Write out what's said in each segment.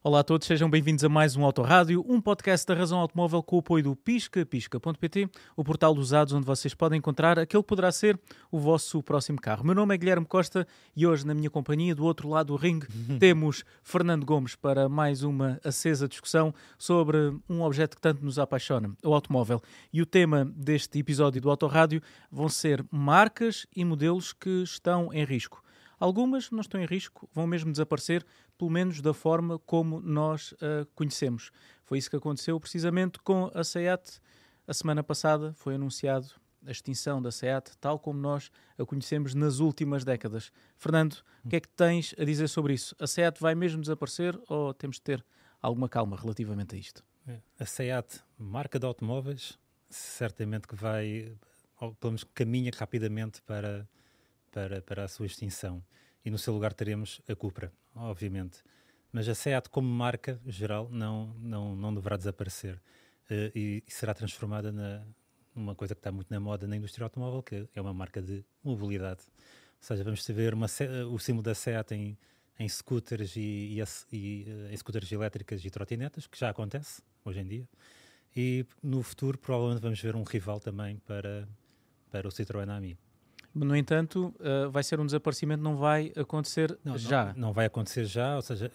Olá a todos, sejam bem-vindos a mais um Autorádio, um podcast da Razão Automóvel com o apoio do Pisca, pisca.pt, o portal de usados onde vocês podem encontrar aquele que poderá ser o vosso próximo carro. O meu nome é Guilherme Costa e hoje na minha companhia, do outro lado do ringue, temos Fernando Gomes para mais uma acesa discussão sobre um objeto que tanto nos apaixona, o automóvel. E o tema deste episódio do Autorádio vão ser marcas e modelos que estão em risco. Algumas não estão em risco, vão mesmo desaparecer, pelo menos da forma como nós a conhecemos. Foi isso que aconteceu precisamente com a SEAT. A semana passada foi anunciado a extinção da SEAT, tal como nós a conhecemos nas últimas décadas. Fernando, o que é que tens a dizer sobre isso? A SEAT vai mesmo desaparecer ou temos de ter alguma calma relativamente a isto? A SEAT, marca de automóveis, certamente que vai, ou pelo menos caminha rapidamente para a sua extinção. E no seu lugar teremos a Cupra, obviamente. Mas a SEAT como marca geral não deverá desaparecer. E será transformada numa coisa que está muito na moda na indústria automóvel, que é uma marca de mobilidade. Ou seja, vamos ver o símbolo da SEAT em scooters em scooters elétricas e trotinetas, que já acontece hoje em dia. E no futuro provavelmente vamos ver um rival também para o Citroën Ami. No entanto, vai ser um desaparecimento, não vai acontecer já. Não vai acontecer já, ou seja,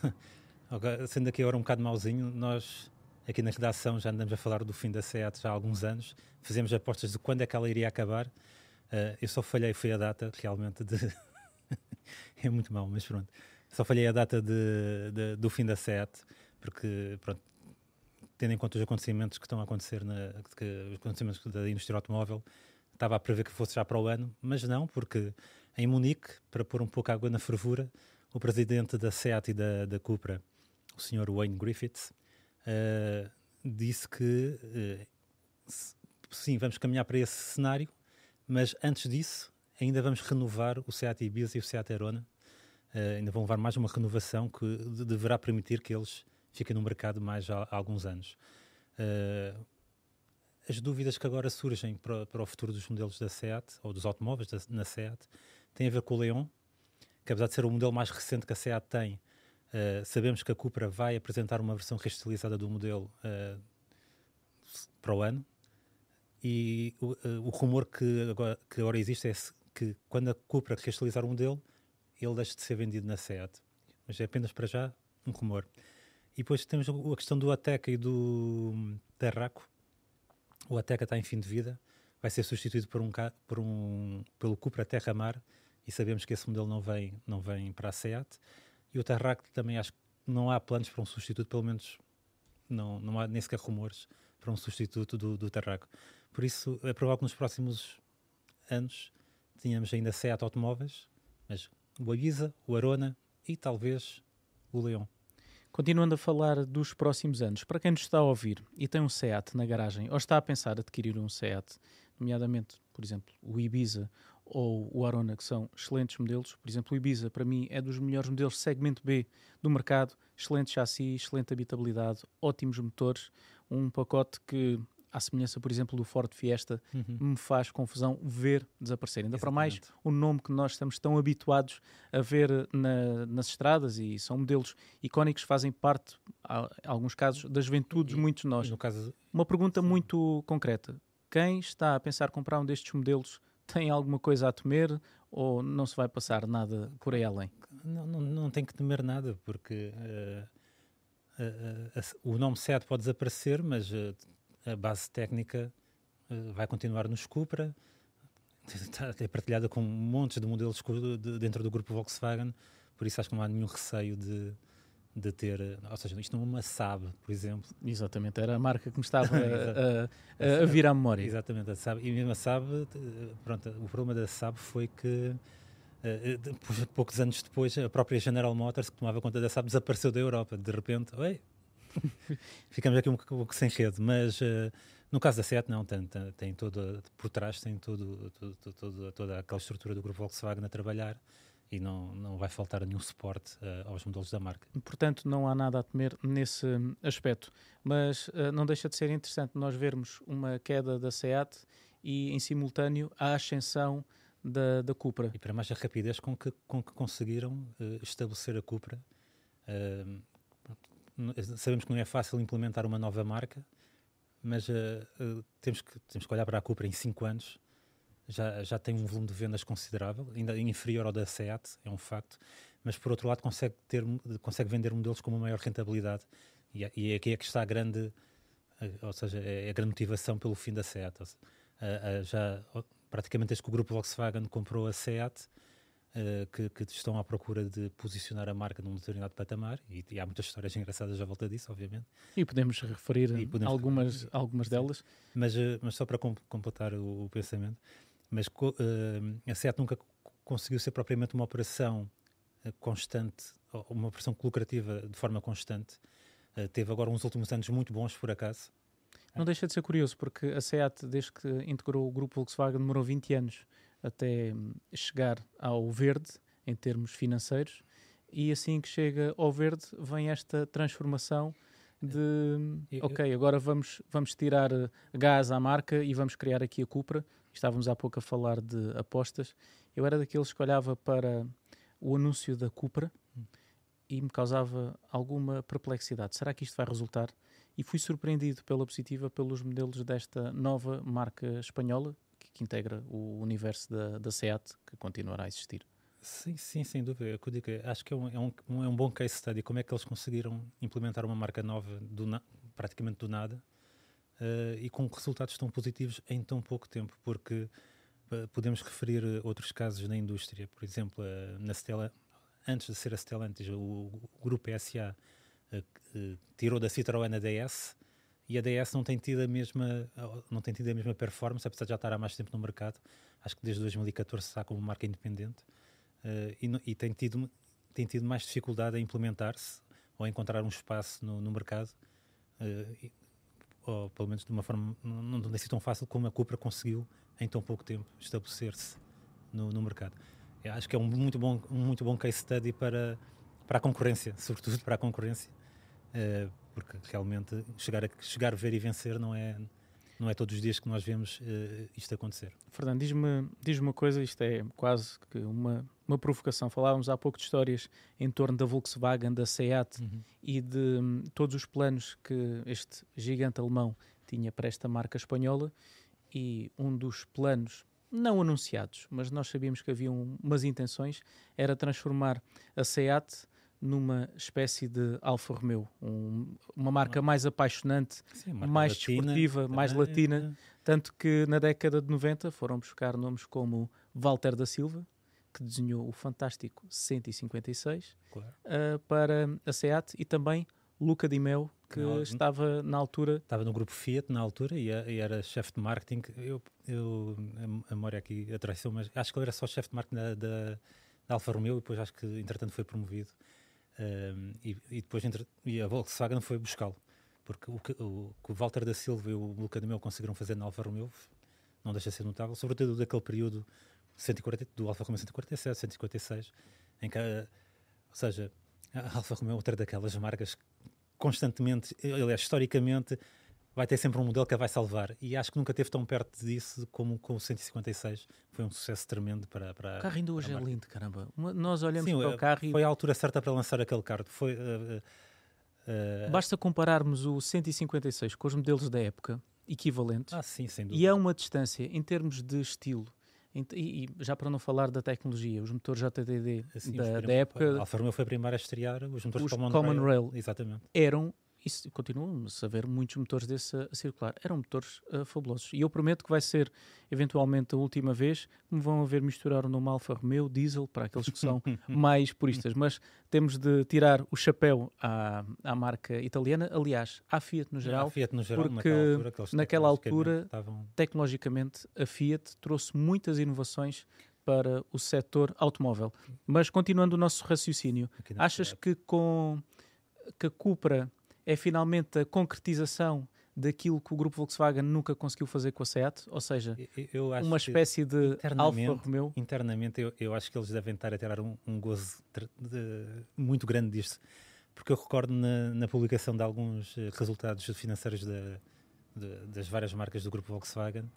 sendo aqui agora um bocado mauzinho, nós aqui na redação já andamos a falar do fim da SEAT já há alguns anos, fizemos apostas de quando é que ela iria acabar, eu só falhei, foi a data realmente de... é muito mau, mas pronto, só falhei a data do fim da SEAT, porque pronto, tendo em conta os acontecimentos que estão a acontecer, os acontecimentos da indústria automóvel, estava a prever que fosse já para o ano, mas não, porque em Munique, para pôr um pouco água na fervura, o presidente da SEAT e da Cupra, o Sr. Wayne Griffiths, disse que sim, vamos caminhar para esse cenário, mas antes disso ainda vamos renovar o SEAT Ibiza e o SEAT Arona, ainda vão levar mais uma renovação que deverá permitir que eles fiquem no mercado mais há alguns anos. As dúvidas que agora surgem para o futuro dos modelos da SEAT, ou dos automóveis na SEAT, têm a ver com o Leon, que apesar de ser o modelo mais recente que a SEAT tem, sabemos que a Cupra vai apresentar uma versão reestilizada do modelo para o ano, e o rumor que agora existe é que quando a Cupra reestilizar o modelo, ele deixa de ser vendido na SEAT. Mas é apenas para já um rumor. E depois temos a questão do Ateca e do Terraco. O Ateca está em fim de vida, vai ser substituído pelo Cupra Terra-Mar, e sabemos que esse modelo não vem para a SEAT. E o Terraco também acho que não há planos para um substituto, pelo menos não há nem sequer rumores para um substituto do Terraco. Por isso é provável que nos próximos anos tenhamos ainda SEAT automóveis, mas o Ibiza, o Arona e talvez o Leon. Continuando a falar dos próximos anos, para quem nos está a ouvir e tem um SEAT na garagem ou está a pensar adquirir um SEAT, nomeadamente, por exemplo, o Ibiza ou o Arona, que são excelentes modelos. Por exemplo, o Ibiza, para mim, é dos melhores modelos segmento B do mercado. Excelente chassi, excelente habitabilidade, ótimos motores, um pacote que, à semelhança, por exemplo, do Ford Fiesta, me faz confusão ver desaparecer. Ainda para mais o nome que nós estamos tão habituados a ver nas estradas, e são modelos icónicos, fazem parte, em alguns casos, da juventude de muitos de nós. Uma pergunta muito concreta. Quem está a pensar comprar um destes modelos tem alguma coisa a temer ou não se vai passar nada por aí além? Não tem que temer nada, porque o nome SEAT pode desaparecer, mas a base técnica vai continuar nos Cupra, é partilhada com montes de modelos dentro do grupo Volkswagen, por isso acho que não há nenhum receio de ter, ou seja, isto não é uma Saab, por exemplo. Exatamente, era a marca que me estava a vir à memória. Exatamente, a Saab, e mesmo a Saab, pronto, o problema da Saab foi que poucos anos depois a própria General Motors, que tomava conta da Saab, desapareceu da Europa, de repente, ficamos aqui um pouco sem rede, mas no caso da SEAT não, tem por trás tem toda aquela estrutura do grupo Volkswagen a trabalhar, e não vai faltar nenhum suporte aos modelos da marca. Portanto, não há nada a temer nesse aspecto. Mas não deixa de ser interessante nós vermos uma queda da SEAT e, em simultâneo, a ascensão da Cupra. E para mais a rapidez com que conseguiram estabelecer a Cupra, sabemos que não é fácil implementar uma nova marca, mas temos que olhar para a Cupra em 5 anos. Já tem um volume de vendas considerável, ainda inferior ao da SEAT, é um facto, mas por outro lado consegue vender modelos com uma maior rentabilidade, e aqui é que está a grande, ou seja, é a grande motivação pelo fim da SEAT. Praticamente desde que o grupo Volkswagen comprou a SEAT, que estão à procura de posicionar a marca num determinado patamar, e há muitas histórias engraçadas à volta disso, obviamente. E podemos referir algumas delas. Mas só para completar o pensamento, a SEAT nunca conseguiu ser propriamente uma operação constante, ou uma operação lucrativa de forma constante. Teve agora uns últimos anos muito bons, por acaso. Não deixa de ser curioso, porque a SEAT, desde que integrou o grupo Volkswagen, demorou 20 anos até chegar ao verde, em termos financeiros, e assim que chega ao verde, vem esta transformação de, agora vamos tirar gás à marca e vamos criar aqui a Cupra. Estávamos há pouco a falar de apostas. Eu era daqueles que olhava para o anúncio da Cupra e me causava alguma perplexidade. Será que isto vai resultar? E fui surpreendido pela positiva pelos modelos desta nova marca espanhola, que integra o universo da SEAT, que continuará a existir. Sim, sem dúvida. Acho que é um bom case study. Como é que eles conseguiram implementar uma marca nova praticamente do nada, e com resultados tão positivos em tão pouco tempo, porque podemos referir outros casos na indústria. Por exemplo, na Stella, antes de ser a Stellantis, o grupo PSA tirou da Citroën a DS, e a DS não tem tido a mesma performance, apesar de já estar há mais tempo no mercado. Acho que desde 2014 está como marca independente, e tem tido mais dificuldade a implementar-se ou a encontrar um espaço no mercado, ou pelo menos de uma forma não tem sido tão fácil como a Cupra conseguiu em tão pouco tempo estabelecer-se no mercado. Eu acho que é um muito bom case study para a concorrência, sobretudo para a concorrência, porque realmente chegar a ver e vencer não é todos os dias que nós vemos isto acontecer. Fernando, diz-me uma coisa, isto é quase que uma provocação. Falávamos há pouco de histórias em torno da Volkswagen, da SEAT e de todos os planos que este gigante alemão tinha para esta marca espanhola, e um dos planos não anunciados, mas nós sabíamos que havia umas intenções, era transformar a SEAT numa espécie de Alfa Romeo, uma marca mais apaixonante, sim, mais desportiva, mais latina, tanto que na década de 90 foram buscar nomes como Walter da Silva, que desenhou o fantástico 156, claro, para a SEAT, e também Luca Di Meo, que estava na altura... Estava no grupo Fiat na altura e era chefe de marketing. A memória aqui atraiu, mas acho que ele era só chefe de marketing da Alfa Romeo, e depois acho que entretanto foi promovido. E depois a Volkswagen foi buscá-lo, porque o que o Walter da Silva e o Luca Di Meo conseguiram fazer na Alfa Romeo não deixa de ser notável, sobretudo daquele período do Alfa Romeo 147, 156, em que, ou seja, a Alfa Romeo é outra daquelas marcas que constantemente, aliás, historicamente, vai ter sempre um modelo que a vai salvar, e acho que nunca esteve tão perto disso como com o 156. Foi um sucesso tremendo para o carro ainda hoje é lindo, caramba. Nós olhamos para o carro e... Foi a altura certa para lançar aquele carro. Basta compararmos o 156 com os modelos da época equivalentes, sim, sem dúvida. E há uma distância em termos de estilo, e já para não falar da tecnologia, os motores JDD da época... A Alfa Romeo foi a primeira a estrear os motores Common Rail. Exatamente. Eram... Isso, continuam-se a ver muitos motores desses a circular. Eram motores fabulosos. E eu prometo que vai ser, eventualmente, a última vez que me vão ver misturar o nome Alfa Romeo diesel, para aqueles que são mais puristas. Mas temos de tirar o chapéu à marca italiana, aliás, à Fiat no geral, porque naquela altura, tecnologicamente, a Fiat trouxe muitas inovações para o setor automóvel. Mas, continuando o nosso raciocínio, achas que a Cupra é finalmente a concretização daquilo que o grupo Volkswagen nunca conseguiu fazer com a SEAT? Ou seja, uma espécie de Alfa Romeo? Internamente, eu acho que eles devem estar a tirar um gozo muito grande disto. Porque eu recordo na publicação de alguns resultados financeiros das várias marcas do grupo Volkswagen,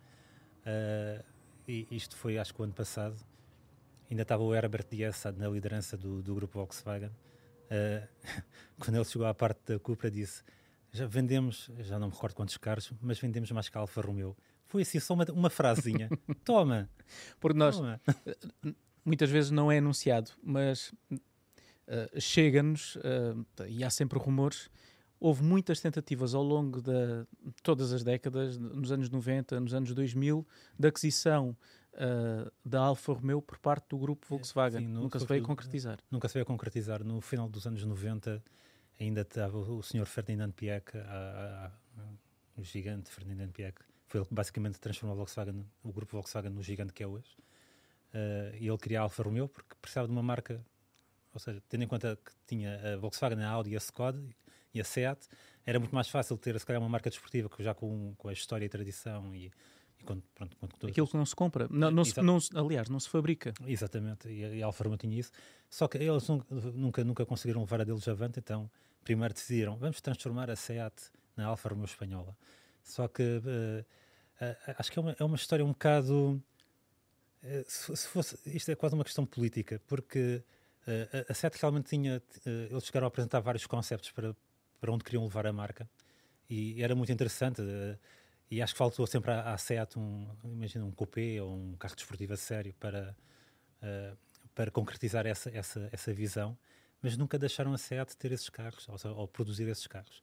e isto foi, acho que o ano passado, ainda estava o Herbert Diess na liderança do grupo Volkswagen, quando ele chegou à parte da Cupra, disse: já vendemos, já não me recordo quantos carros, mas vendemos mais que a Alfa Romeo. Foi assim, só uma frasezinha. Toma! Porque nós, Toma. muitas vezes não é anunciado, mas chega-nos, e há sempre rumores. Houve muitas tentativas ao longo de todas as décadas, nos anos 90, nos anos 2000, de aquisição da Alfa Romeo por parte do grupo Volkswagen. Sim, Nunca se veio concretizar. Nunca se veio concretizar. No final dos anos 90 ainda estava o Sr. Ferdinand Piëch, o gigante Ferdinand Piëch. Foi ele que basicamente transformou o grupo Volkswagen no gigante que é hoje. E ele queria a Alfa Romeo porque precisava de uma marca, ou seja, tendo em conta que tinha a Volkswagen, a Audi, a Skoda e a Seat, era muito mais fácil ter, se calhar, uma marca desportiva já com a história e tradição e pronto, aquilo que não se compra. Aliás, não se fabrica. Exatamente, e a Alfa Romeo tinha isso. Só que eles nunca conseguiram levar a deles avante, então primeiro decidiram, vamos transformar a Seat na Alfa Romeo espanhola. Só que acho que é uma história um bocado... se fosse, isto é quase uma questão política, porque a Seat realmente eles chegaram a apresentar vários conceptos para onde queriam levar a marca, e era muito interessante, e acho que faltou sempre à Seat imagina um coupé ou um carro desportivo a sério para concretizar essa visão, mas nunca deixaram a Seat ter esses carros, ou produzir esses carros.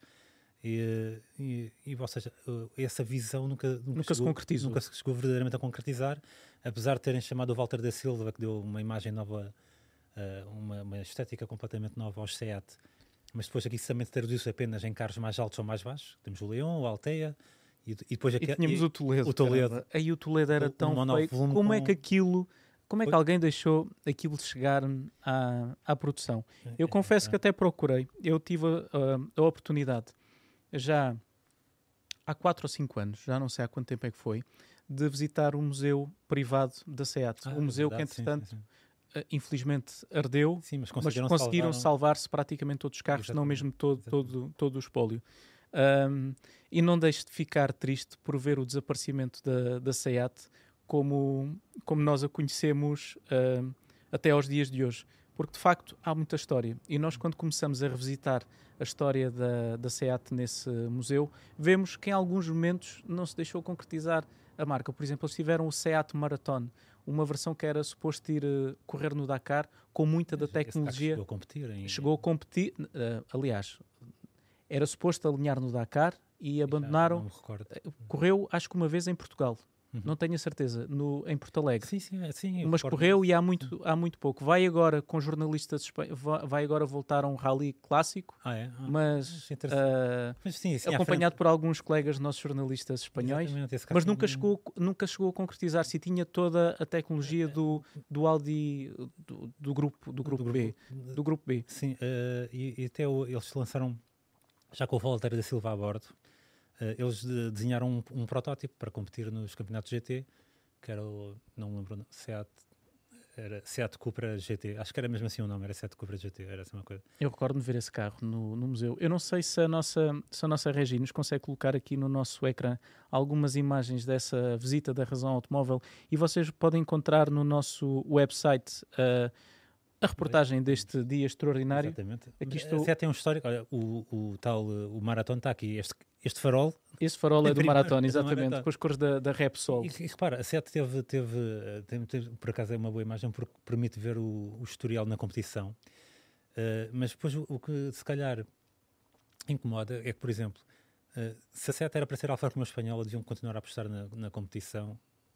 Ou seja, essa visão nunca se concretizou. Nunca se chegou verdadeiramente a concretizar, apesar de terem chamado o Walter da Silva, que deu uma imagem nova, uma estética completamente nova aos Seat, mas depois aqui também se traduziu apenas em carros mais altos ou mais baixos. Temos o Leon, o Altea, e depois aqui, tínhamos o Toledo. Aí o Toledo era tão feio. Como é que alguém deixou aquilo chegar à produção? Eu confesso que até procurei. Eu tive a oportunidade, já há 4 ou 5 anos, já não sei há quanto tempo é que foi, de visitar um museu privado da Seat. Um museu que, entretanto, infelizmente ardeu, sim, mas conseguiram salvar-se praticamente todos os carros, não mesmo todo o espólio. E não deixo de ficar triste por ver o desaparecimento da Seat como nós a conhecemos até aos dias de hoje. Porque, de facto, há muita história. E nós, quando começamos a revisitar a história da Seat nesse museu, vemos que em alguns momentos não se deixou concretizar a marca. Por exemplo, eles tiveram o Seat Marathon, uma versão que era suposto ir correr no Dakar, com muita da tecnologia. Chegou a competir. Aliás, era suposto alinhar no Dakar e abandonaram. Não me recordo. Correu, acho que uma vez em Portugal. Não tenho a certeza, em Porto Alegre. Sim, mas correu e há muito pouco. Vai agora com jornalistas, vai agora voltar a um rally clássico, mas acompanhado por alguns colegas nossos jornalistas espanhóis, mas nunca chegou a concretizar se tinha toda a tecnologia do Audi do grupo B. Sim, e até eles lançaram, já com o Walter da Silva a bordo, eles desenharam um protótipo para competir nos campeonatos GT, que era não me lembro, Seat Cupra GT, acho que era mesmo assim o nome, era Seat Cupra GT, era assim uma coisa. Eu recordo-me ver esse carro no museu. Eu não sei se a nossa Regi nos consegue colocar aqui no nosso ecrã algumas imagens dessa visita da Razão Automóvel, e vocês podem encontrar no nosso website a reportagem deste dia extraordinário. Exatamente. Aqui Até tem um histórico, olha, o Marathon está aqui, este farol. Esse farol é do Marathon, exatamente, com as cores da Repsol. E repara, a Seat teve, por acaso é uma boa imagem, porque permite ver o historial na competição. Mas depois o que se calhar incomoda é que, por exemplo, se a Seat era para ser Alfa Romeo espanhola, deviam continuar a apostar na competição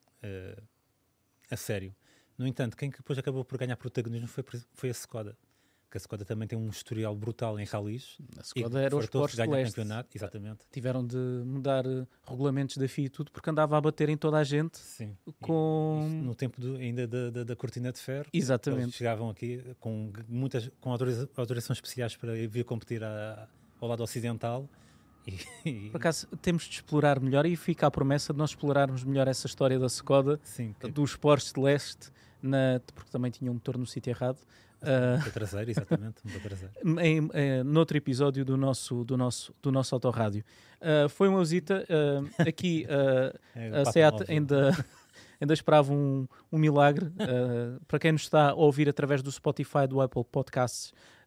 a sério. No entanto, quem depois acabou por ganhar protagonismo foi a Skoda, que a Skoda também tem um historial brutal em rallies. A Skoda era os Porsche Celeste. Exatamente. Tiveram de mudar regulamentos da FIA e tudo, porque andava a bater em toda a gente. Sim. No tempo ainda da cortina de ferro. Exatamente. Eles chegavam aqui com autorizações especiais para vir competir ao lado ocidental. Por acaso temos de explorar melhor, e fica a promessa de nós explorarmos melhor essa história da Skoda, dos Porsche Celeste, porque também tinha um motor no sítio errado. Motor traseiro, exatamente. Noutro episódio do nosso autorrádio. Foi uma visita aqui. A Seat ainda esperava um milagre. Para quem nos está a ouvir através do Spotify, do Apple Podcasts,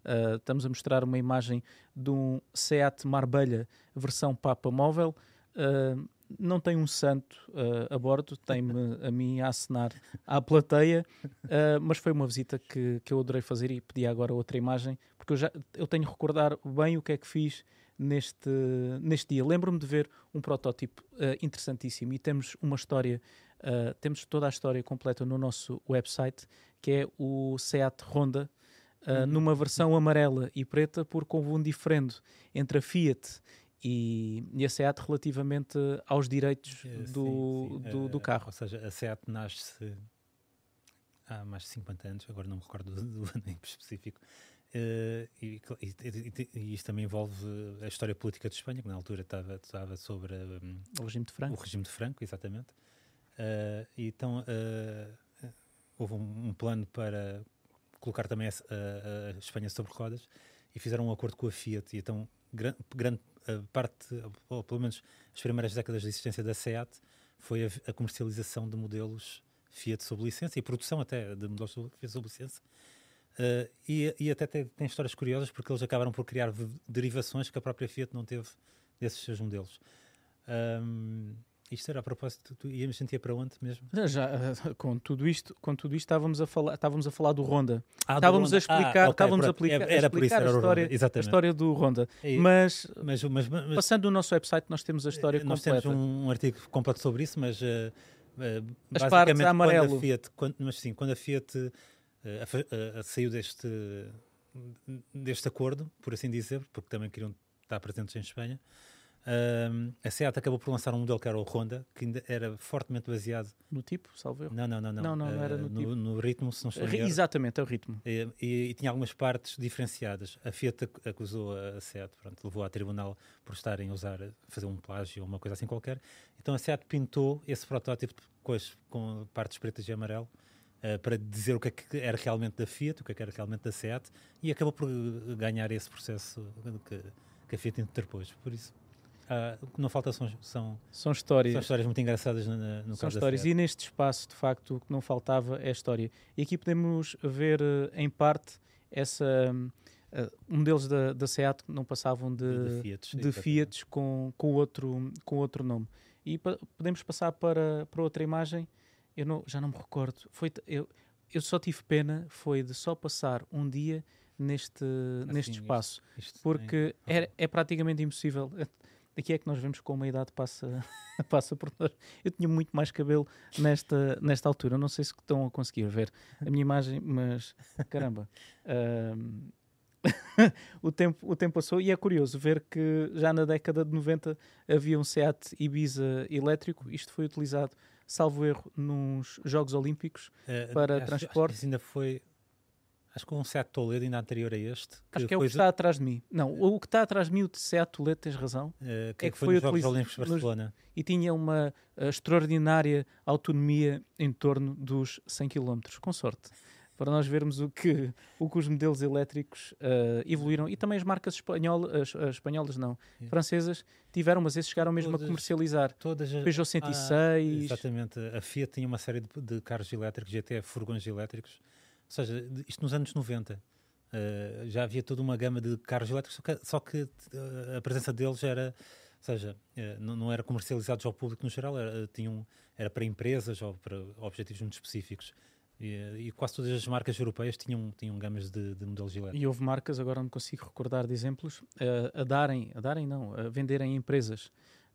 Estamos a mostrar uma imagem de um Seat Marbella versão Papa móvel. Não tem um santo a bordo, tem-me a mim a acenar à plateia, mas foi uma visita que eu adorei fazer e pedi agora outra imagem, porque eu tenho a recordar bem o que é que fiz neste dia. Lembro-me de ver um protótipo interessantíssimo e temos uma história, temos toda a história completa no nosso website, que é o Seat Ronda, numa versão amarela e preta, porque houve um diferendo entre a Fiat e a SEAT relativamente aos direitos do carro. Ou seja, a SEAT nasce há mais de 50 anos, agora não me recordo do ano em específico, e isto também envolve a história política de Espanha, que na altura estava sobre o regime de Franco. O regime de Franco, exatamente. Então houve um plano para colocar também a Espanha sobre rodas e fizeram um acordo com a Fiat, e então grande parte, ou pelo menos as primeiras décadas de existência da SEAT, foi a comercialização de modelos Fiat sob licença e produção até de modelos Fiat sob licença. E até tem histórias curiosas, porque eles acabaram por criar derivações que a própria Fiat não teve desses seus modelos. Isto era a propósito, tu íamos sentir para onde mesmo? Já, com tudo isto estávamos a falar do Ronda. Estávamos a explicar, a história do Ronda. Mas passando no nosso website nós temos a história completa. Nós temos um artigo completo sobre isso, mas as partes amarelo. Quando a Fiat saiu deste acordo, por assim dizer, porque também queriam estar presentes em Espanha, a SEAT acabou por lançar um modelo que era o Ronda, que ainda era fortemente baseado no tipo, salvo erro. Não era no tipo. No ritmo, se não estou a exatamente, é o ritmo. E tinha algumas partes diferenciadas. A Fiat acusou a SEAT, levou a tribunal por estarem a fazer um plágio ou uma coisa assim qualquer. Então a SEAT pintou esse protótipo com partes pretas e amarelo, para dizer o que é que era realmente da Fiat, o que é que era realmente da SEAT, e acabou por ganhar esse processo que a Fiat interpôs. Por isso, o que não falta são histórias. São histórias muito engraçadas no caso da SEAT. E neste espaço, de facto, o que não faltava é a história. E aqui podemos ver, em parte, modelos da SEAT que não passavam de Fiat com outro nome. E podemos passar para outra imagem. Já não me recordo. Eu só tive pena de só passar um dia neste espaço, porque é praticamente impossível. Aqui é que nós vemos como a idade passa por nós. Eu tinha muito mais cabelo nesta altura. Não sei se estão a conseguir ver a minha imagem, mas caramba. O tempo passou e é curioso ver que já na década de 90 havia um Seat Ibiza elétrico. Isto foi utilizado, salvo erro, nos Jogos Olímpicos para transporte. Acho que ainda foi... Acho que um Seat Toledo ainda anterior a este. Acho que é o que está atrás de mim. Não, o que está atrás de mim, o Seat Toledo, tens razão. Que foi nos Jogos Olímpicos de Barcelona. E tinha uma extraordinária autonomia em torno dos 100 km, com sorte. Para nós vermos o que os modelos elétricos evoluíram. E também as marcas espanholas não, francesas, tiveram, mas esses chegaram mesmo a comercializar. Peugeot 106... exatamente. A Fiat tinha uma série de carros elétricos e até furgões elétricos. Ou seja, isto nos anos 90. Já havia toda uma gama de carros elétricos, só que a presença deles era... Ou seja, não era comercializados ao público no geral, era para empresas ou para objetivos muito específicos. E quase todas as marcas europeias tinham gamas de modelos elétricos. E houve marcas, agora não consigo recordar de exemplos, a venderem a empresas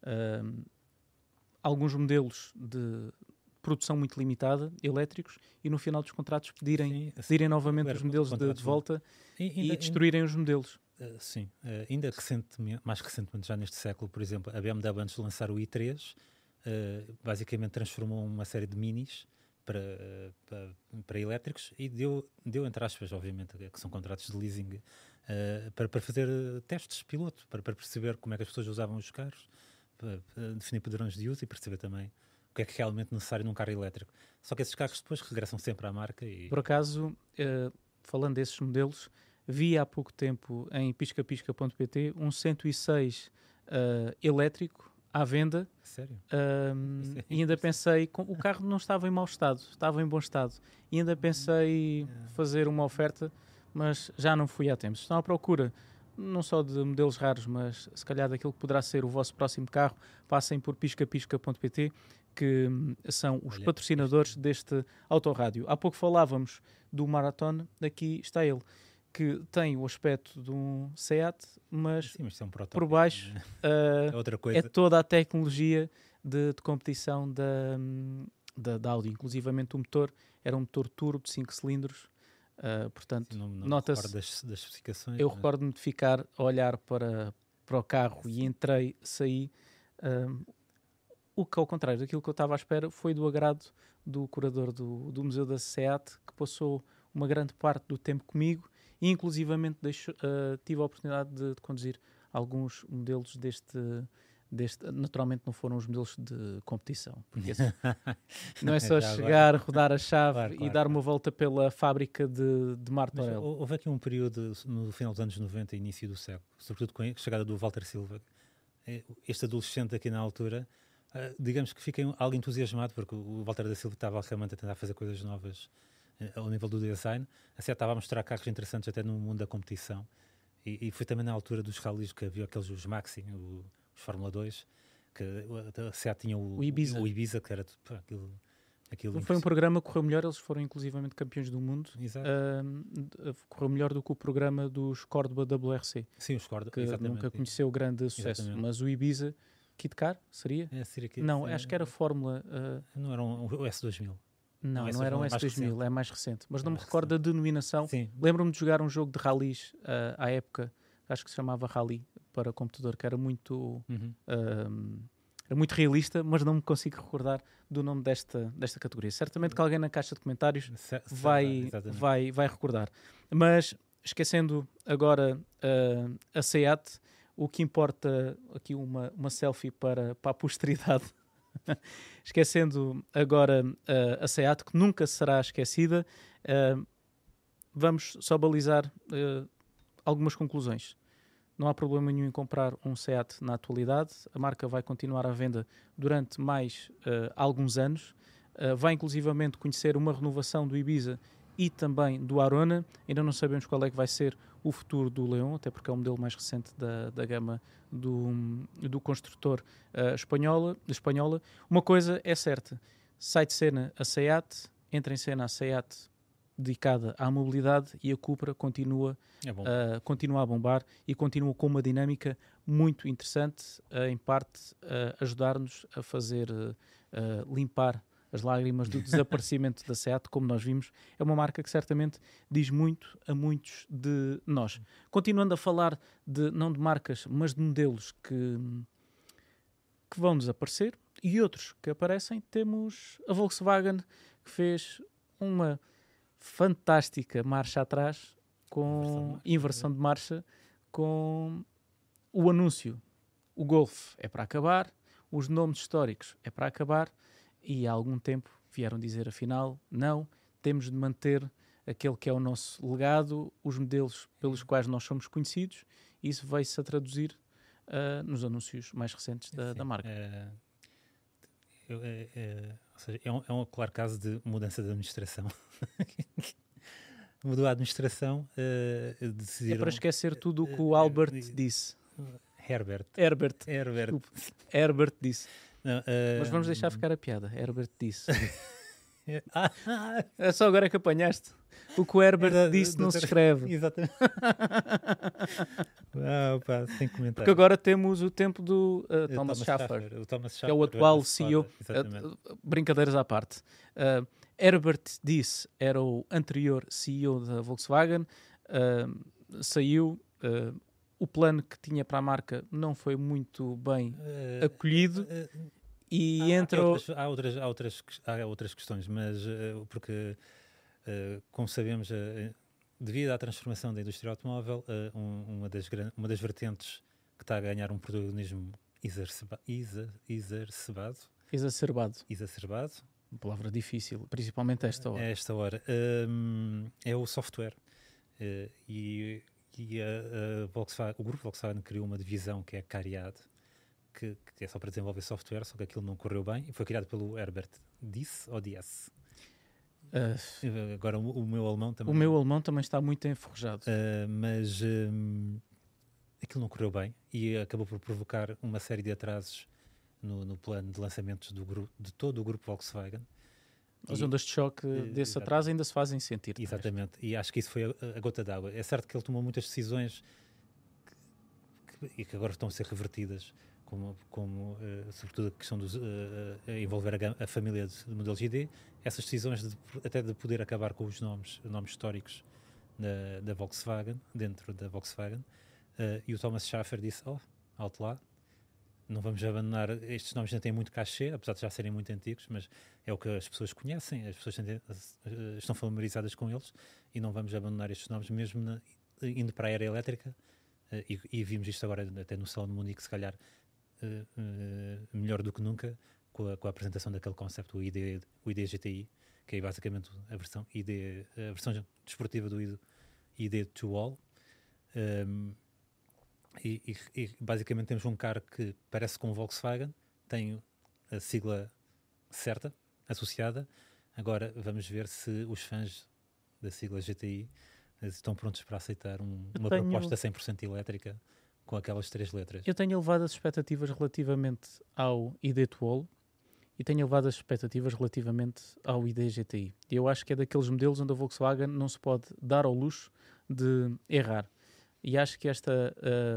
alguns modelos de produção muito limitada, elétricos, e no final dos contratos pedirem novamente os modelos de volta e destruírem os modelos. Sim, ainda mais recentemente, já neste século, por exemplo, a BMW, antes de lançar o i3, basicamente transformou uma série de minis para elétricos e deu, entre aspas, obviamente, que são contratos de leasing, para fazer testes piloto, para perceber como é que as pessoas usavam os carros, para definir padrões de uso e perceber também o que é realmente necessário num carro elétrico. Só que esses carros depois regressam sempre à marca. Por acaso, falando desses modelos, vi há pouco tempo em piscapisca.pt um 106 elétrico à venda. Sério? E ainda pensei, o carro não estava em mau estado, estava em bom estado, e ainda pensei fazer uma oferta, mas já não fui há tempo. Se estão à procura não só de modelos raros, mas se calhar daquilo que poderá ser o vosso próximo carro, passem por piscapisca.pt, que são os patrocinadores deste autorádio. Há pouco falávamos do Marathon, aqui está ele, que tem o aspecto de um Seat, mas, sim, mas é um por baixo é outra coisa. é toda a tecnologia de competição da Audi. Inclusivamente o motor era um motor turbo de 5 cilindros. Portanto, não nota-se, das especificações. eu recordo-me de ficar a olhar para o carro e entrei, saí. O que, ao contrário daquilo que eu estava à espera, foi do agrado do curador do Museu da SEAT, que passou uma grande parte do tempo comigo e inclusivamente tive a oportunidade de conduzir alguns modelos deste. Naturalmente não foram os modelos de competição, porque não é só chegar, rodar a chave e dar uma volta pela fábrica de Martorell. Houve aqui um período no final dos anos 90 e início do século, sobretudo com a chegada do Walter Silva, este adolescente aqui na altura, digamos que fiquei algo entusiasmado, porque o Walter da Silva estava realmente a tentar fazer coisas novas ao nível do design. Assim, estava a mostrar carros interessantes até no mundo da competição, e foi também na altura dos rallies que havia aqueles os Maxi, os Fórmula 2, que a SEAT tinha o Ibiza, que era aquilo foi um programa que correu melhor, eles foram inclusivamente campeões do mundo. Correu melhor do que o programa dos Córdoba WRC. Sim, os Córdoba, que nunca conheceu grande sucesso. Exatamente. Mas o Ibiza, Kit Car, seria? Não, acho que era Fórmula... não era o S2000. Não era um S2000, é mais recente. Mas não me recordo da denominação. Lembro-me de jogar um jogo de rallies à época, acho que se chamava Rally, para computador, que era muito realista, mas não me consigo recordar do nome desta categoria. Certamente que alguém na caixa de comentários vai recordar. Mas, esquecendo agora a SEAT, o que importa, aqui uma selfie para a posteridade, esquecendo agora a SEAT, que nunca será esquecida, vamos só balizar algumas conclusões. Não há problema nenhum em comprar um SEAT na atualidade. A marca vai continuar à venda durante mais alguns anos. Vai inclusivamente conhecer uma renovação do Ibiza e também do Arona. Ainda não sabemos qual é que vai ser o futuro do Leon, até porque é o modelo mais recente da gama do construtor espanhola. Uma coisa é certa, sai de cena a SEAT, entra em cena a SEAT dedicada à mobilidade e a Cupra continua a bombar e continua com uma dinâmica muito interessante, em parte ajudar-nos a fazer limpar as lágrimas do desaparecimento da SEAT, como nós vimos. É uma marca que certamente diz muito a muitos de nós. Continuando a falar não de marcas, mas de modelos que vão desaparecer e outros que aparecem, temos a Volkswagen, que fez uma fantástica marcha atrás, com inversão de marcha, com o anúncio. O Golf é para acabar, os nomes históricos é para acabar, e há algum tempo vieram dizer, afinal, não, temos de manter aquele que é o nosso legado, os modelos pelos quais nós somos conhecidos, e isso veio-se a traduzir nos anúncios mais recentes da marca. Ou seja, é um claro caso de mudança de administração. Mudou a administração, decidiram... É para esquecer tudo o que o Albert disse. Herbert disse. Não, mas vamos deixar ficar a piada. Herbert disse. É só agora que apanhaste. O que o Herbert disse não se escreve. Exatamente. Sem comentário. Porque agora temos o tempo do Thomas Schaffer, que é o atual CEO. Brincadeiras à parte. Herbert disse, era o anterior CEO da Volkswagen, saiu. O plano que tinha para a marca não foi muito bem acolhido. E entrou... Há outras questões, mas porque, como sabemos, devido à transformação da indústria automóvel, uma das vertentes que está a ganhar um protagonismo exacerbado. Uma palavra difícil, principalmente a esta hora. É o software. E o grupo Volkswagen criou uma divisão que é a Cariad, que é só para desenvolver software, só que aquilo não correu bem, e foi criado pelo Herbert Diess, ou Diess? Agora o meu alemão também. O meu alemão também está muito enferrujado. Mas aquilo não correu bem e acabou por provocar uma série de atrasos no plano de lançamentos de todo o grupo Volkswagen. As ondas de choque desse atraso ainda se fazem sentir. Exatamente, e acho que isso foi a gota d'água. É certo que ele tomou muitas decisões que agora estão a ser revertidas, como sobretudo a questão de envolver a família de modelos ID, essas decisões até de poder acabar com os nomes históricos da Volkswagen, dentro da Volkswagen, e o Thomas Schaffer disse, alto lá, não vamos abandonar, estes nomes ainda têm muito cachê, apesar de já serem muito antigos, mas é o que as pessoas conhecem, as pessoas estão familiarizadas com eles, e não vamos abandonar estes nomes, mesmo indo para a era elétrica, e vimos isto agora até no Salão de Munique, se calhar melhor do que nunca, com a apresentação daquele conceito, o ID GTI, que é basicamente a versão desportiva do ID to All. E basicamente temos um carro que parece com o Volkswagen, tem a sigla certa, associada. Agora vamos ver se os fãs da sigla GTI estão prontos para aceitar uma proposta 100% elétrica com aquelas 3 letras. Eu tenho elevado as expectativas relativamente ao ID All e tenho elevado as expectativas relativamente ao ID GTI. Eu acho que é daqueles modelos onde a Volkswagen não se pode dar ao luxo de errar. E acho que esta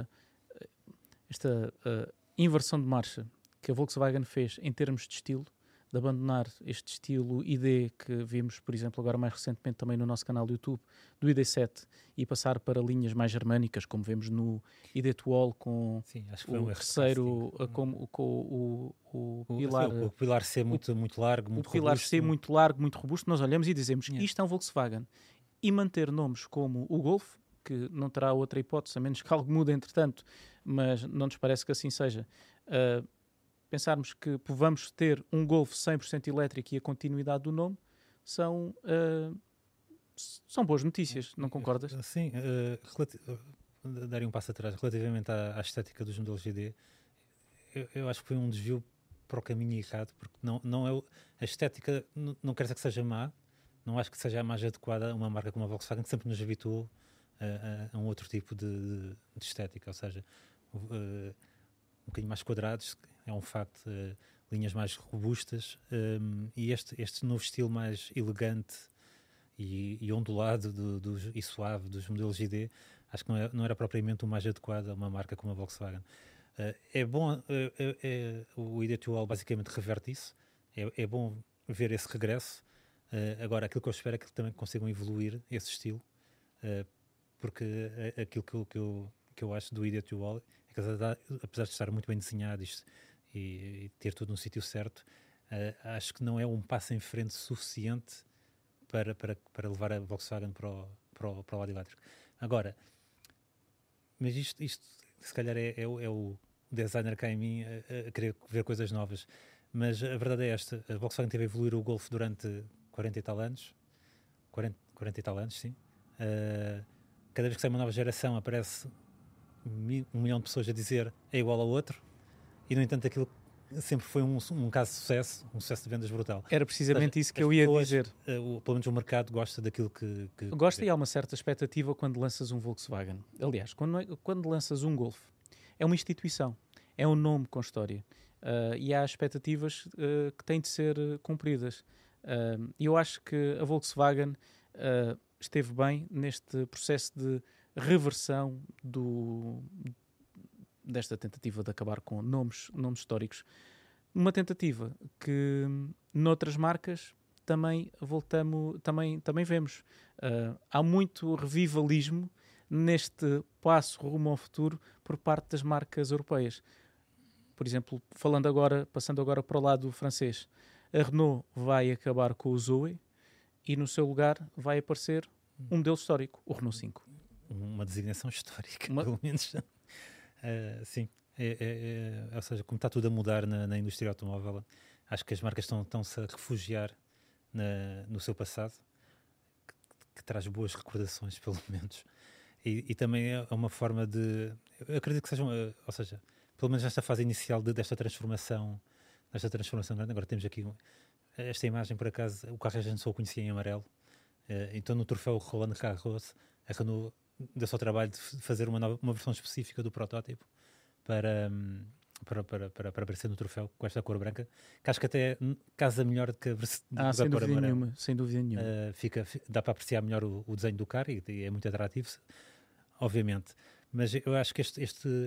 inversão de marcha que a Volkswagen fez em termos de estilo, de abandonar este estilo ID que vimos, por exemplo, agora mais recentemente também no nosso canal do YouTube, do ID7, e passar para linhas mais germânicas, como vemos no ID All, com o terceiro, com o pilar C muito largo, muito robusto. O pilar C muito largo, muito robusto. Nós olhamos e dizemos, isto é um Volkswagen. E manter nomes como o Golf, que não terá outra hipótese, a menos que algo mude entretanto, mas não nos parece que assim seja. Pensarmos que vamos ter um Golf 100% elétrico e a continuidade do nome são boas notícias, não concordas? Sim, darei um passo atrás. Relativamente à estética dos modelos GD, eu acho que foi um desvio para o caminho errado, porque não é a estética não quer dizer que seja má, não acho que seja a mais adequada a uma marca como a Volkswagen, que sempre nos habituou a um outro tipo de estética, ou seja, um bocadinho mais quadrados, é um facto, linhas mais robustas, e este novo estilo mais elegante e ondulado e suave dos modelos ID, acho que não era propriamente o mais adequado a uma marca como a Volkswagen. É bom, o ID2All basicamente reverte isso, é bom ver esse regresso. Agora, aquilo que eu espero é que também consigam evoluir esse estilo, porque aquilo que eu acho do ID2All é que, apesar de estar muito bem desenhado e ter tudo no sítio certo, acho que não é um passo em frente suficiente para levar a Volkswagen para o lado elétrico. Agora, mas isto se calhar é o designer cá em mim a querer ver coisas novas, mas a verdade é esta: a Volkswagen teve a evoluir o Golf durante 40 e tal anos, 40 e tal anos, sim. Cada vez que sai uma nova geração aparece 1 milhão de pessoas a dizer é igual ao outro, e no entanto aquilo sempre foi um caso de sucesso, um sucesso de vendas brutal. Era precisamente isso que eu ia dizer. Pelo menos o mercado gosta daquilo que gosta, e há uma certa expectativa quando lanças um Volkswagen. Aliás, quando lanças um Golf, é uma instituição, é um nome com história, e há expectativas que têm de ser cumpridas. E eu acho que a Volkswagen esteve bem neste processo de reversão desta tentativa de acabar com nomes históricos. Uma tentativa que noutras marcas também vemos. Há muito revivalismo neste passo rumo ao futuro por parte das marcas europeias. Por exemplo, passando agora para o lado francês, a Renault vai acabar com o Zoe e no seu lugar vai aparecer um modelo histórico, o Renault 5. Uma designação histórica, pelo menos. Sim. Ou seja, como está tudo a mudar na indústria automóvel, acho que as marcas estão-se a refugiar no seu passado, que traz boas recordações, pelo menos. E também é uma forma de... Eu acredito que sejam... ou seja, pelo menos nesta fase inicial desta transformação grande. Agora temos aqui esta imagem, por acaso, o carro a gente só o conhecia em amarelo. Então no troféu Roland Garros, a Renault deu-se ao trabalho de fazer uma versão específica do protótipo para aparecer no troféu com esta cor branca, que acho que até casa melhor do que a sem cor dúvida amarela. nenhuma, sem dúvida nenhuma. Dá para apreciar melhor o desenho do carro e é muito atrativo, obviamente. Mas eu acho que este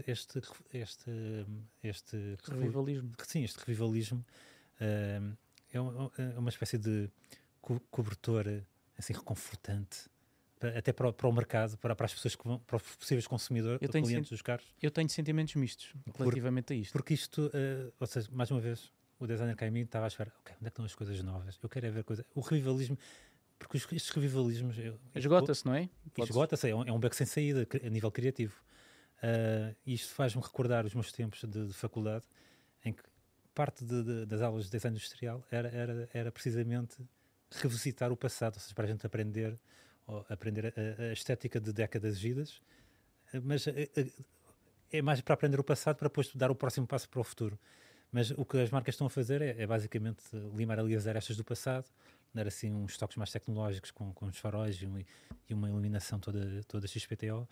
Revivalismo. Sim, este revivalismo é uma espécie de cobertor assim reconfortante até para o mercado, para as pessoas que vão, para os possíveis consumidores, clientes dos carros. Eu tenho sentimentos mistos relativamente a isto. Porque isto, ou seja, mais uma vez, o designer cá em mim estava a esperar, ok, onde é que estão as coisas novas? Eu quero ver coisas. O revivalismo, porque estes revivalismos... Esgota-se, não é? Esgota-se, é um beco sem saída a nível criativo. Isto faz-me recordar os meus tempos de faculdade, em que parte das aulas de design industrial era precisamente revisitar o passado, ou seja, para a gente aprender a estética de décadas idas, mas é mais para aprender o passado para depois dar o próximo passo para o futuro. Mas o que as marcas estão a fazer é basicamente limar ali as arestas do passado, dar assim uns toques mais tecnológicos com os faróis e uma iluminação toda XPTO.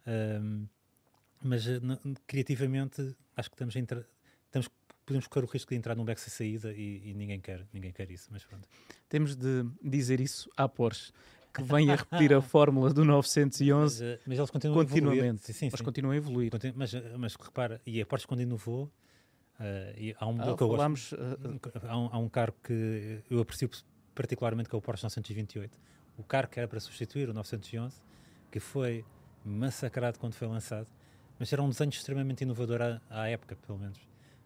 Mas criativamente acho que podemos correr o risco de entrar num beco sem saída e ninguém quer isso, mas pronto. Temos de dizer isso à Porsche, que vem a repetir a fórmula do 911 mas eles continuam continuamente. A evoluir. Mas continuam a evoluir. Mas repara, e a Porsche quando inovou, e há um modelo que eu gosto, há um carro que eu aprecio particularmente, que é o Porsche 928. O carro que era para substituir o 911, que foi massacrado quando foi lançado, mas era um desenho extremamente inovador à época, pelo menos.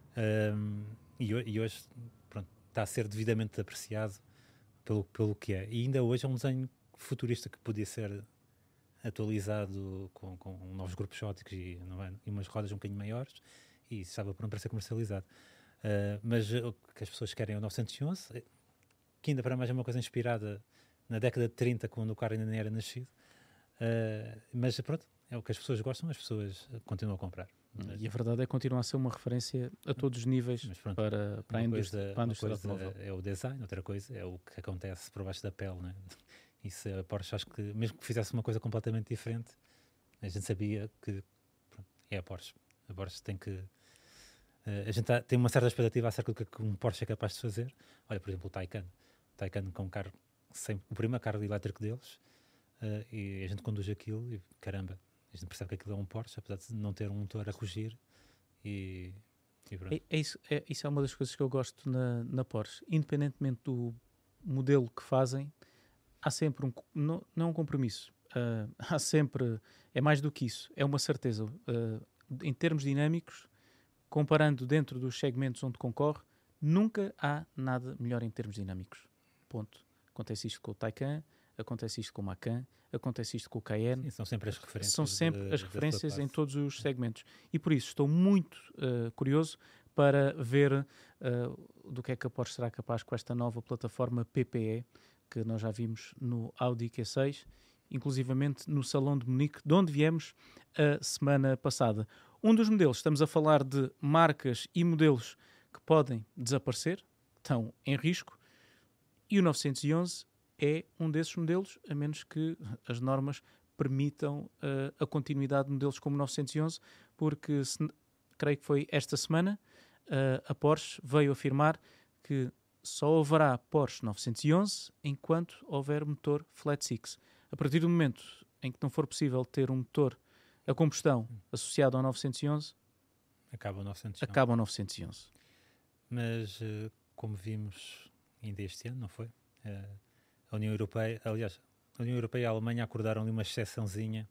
E hoje pronto, está a ser devidamente apreciado pelo que é. E ainda hoje é um desenho futurista que podia ser atualizado com novos grupos óticos e umas rodas um bocadinho maiores, e estava pronto para ser comercializado. Mas o que as pessoas querem é o 911, que ainda para mais é uma coisa inspirada na década de 30, quando o carro ainda nem era nascido. Mas pronto, é o que as pessoas gostam, as pessoas continuam a comprar. E a verdade é que continua a ser uma referência a todos os níveis para a indústria automóvel. É o design, outra coisa é o que acontece por baixo da pele, né? Isso a Porsche, acho que mesmo que fizesse uma coisa completamente diferente, a gente sabia que pronto, é a Porsche. A Porsche tem que... a gente tem uma certa expectativa acerca do que um Porsche é capaz de fazer. Olha, por exemplo, o Taycan. O Taycan, com um carro, o primeiro carro elétrico deles, e a gente conduz aquilo e caramba, a gente percebe que aquilo é um Porsche, apesar de não ter um motor a rugir. E isso é uma das coisas que eu gosto na Porsche. Independentemente do modelo que fazem, há sempre não é um compromisso. Há sempre, é mais do que isso, é uma certeza. Em termos dinâmicos, comparando dentro dos segmentos onde concorre, nunca há nada melhor em termos dinâmicos. Ponto. Acontece isto com o Taycan, acontece isto com o Macan, acontece isto com o Cayenne. Sim, são sempre as referências. São sempre as referências em todos os segmentos. E por isso estou muito curioso para ver do que é que a Porsche será capaz com esta nova plataforma PPE, que nós já vimos no Audi Q6, inclusivamente no Salão de Munique, de onde viemos a semana passada. Um dos modelos, estamos a falar de marcas e modelos que podem desaparecer, que estão em risco, e o 911 é um desses modelos, a menos que as normas permitam a continuidade de modelos como o 911, porque creio que foi esta semana, a Porsche veio afirmar que só haverá Porsche 911 enquanto houver motor Flat Six. A partir do momento em que não for possível ter um motor a combustão associado ao 911, acaba o 911. Mas, como vimos ainda este ano, não foi? A União Europeia, aliás, a União Europeia e a Alemanha acordaram ali uma exceçãozinha.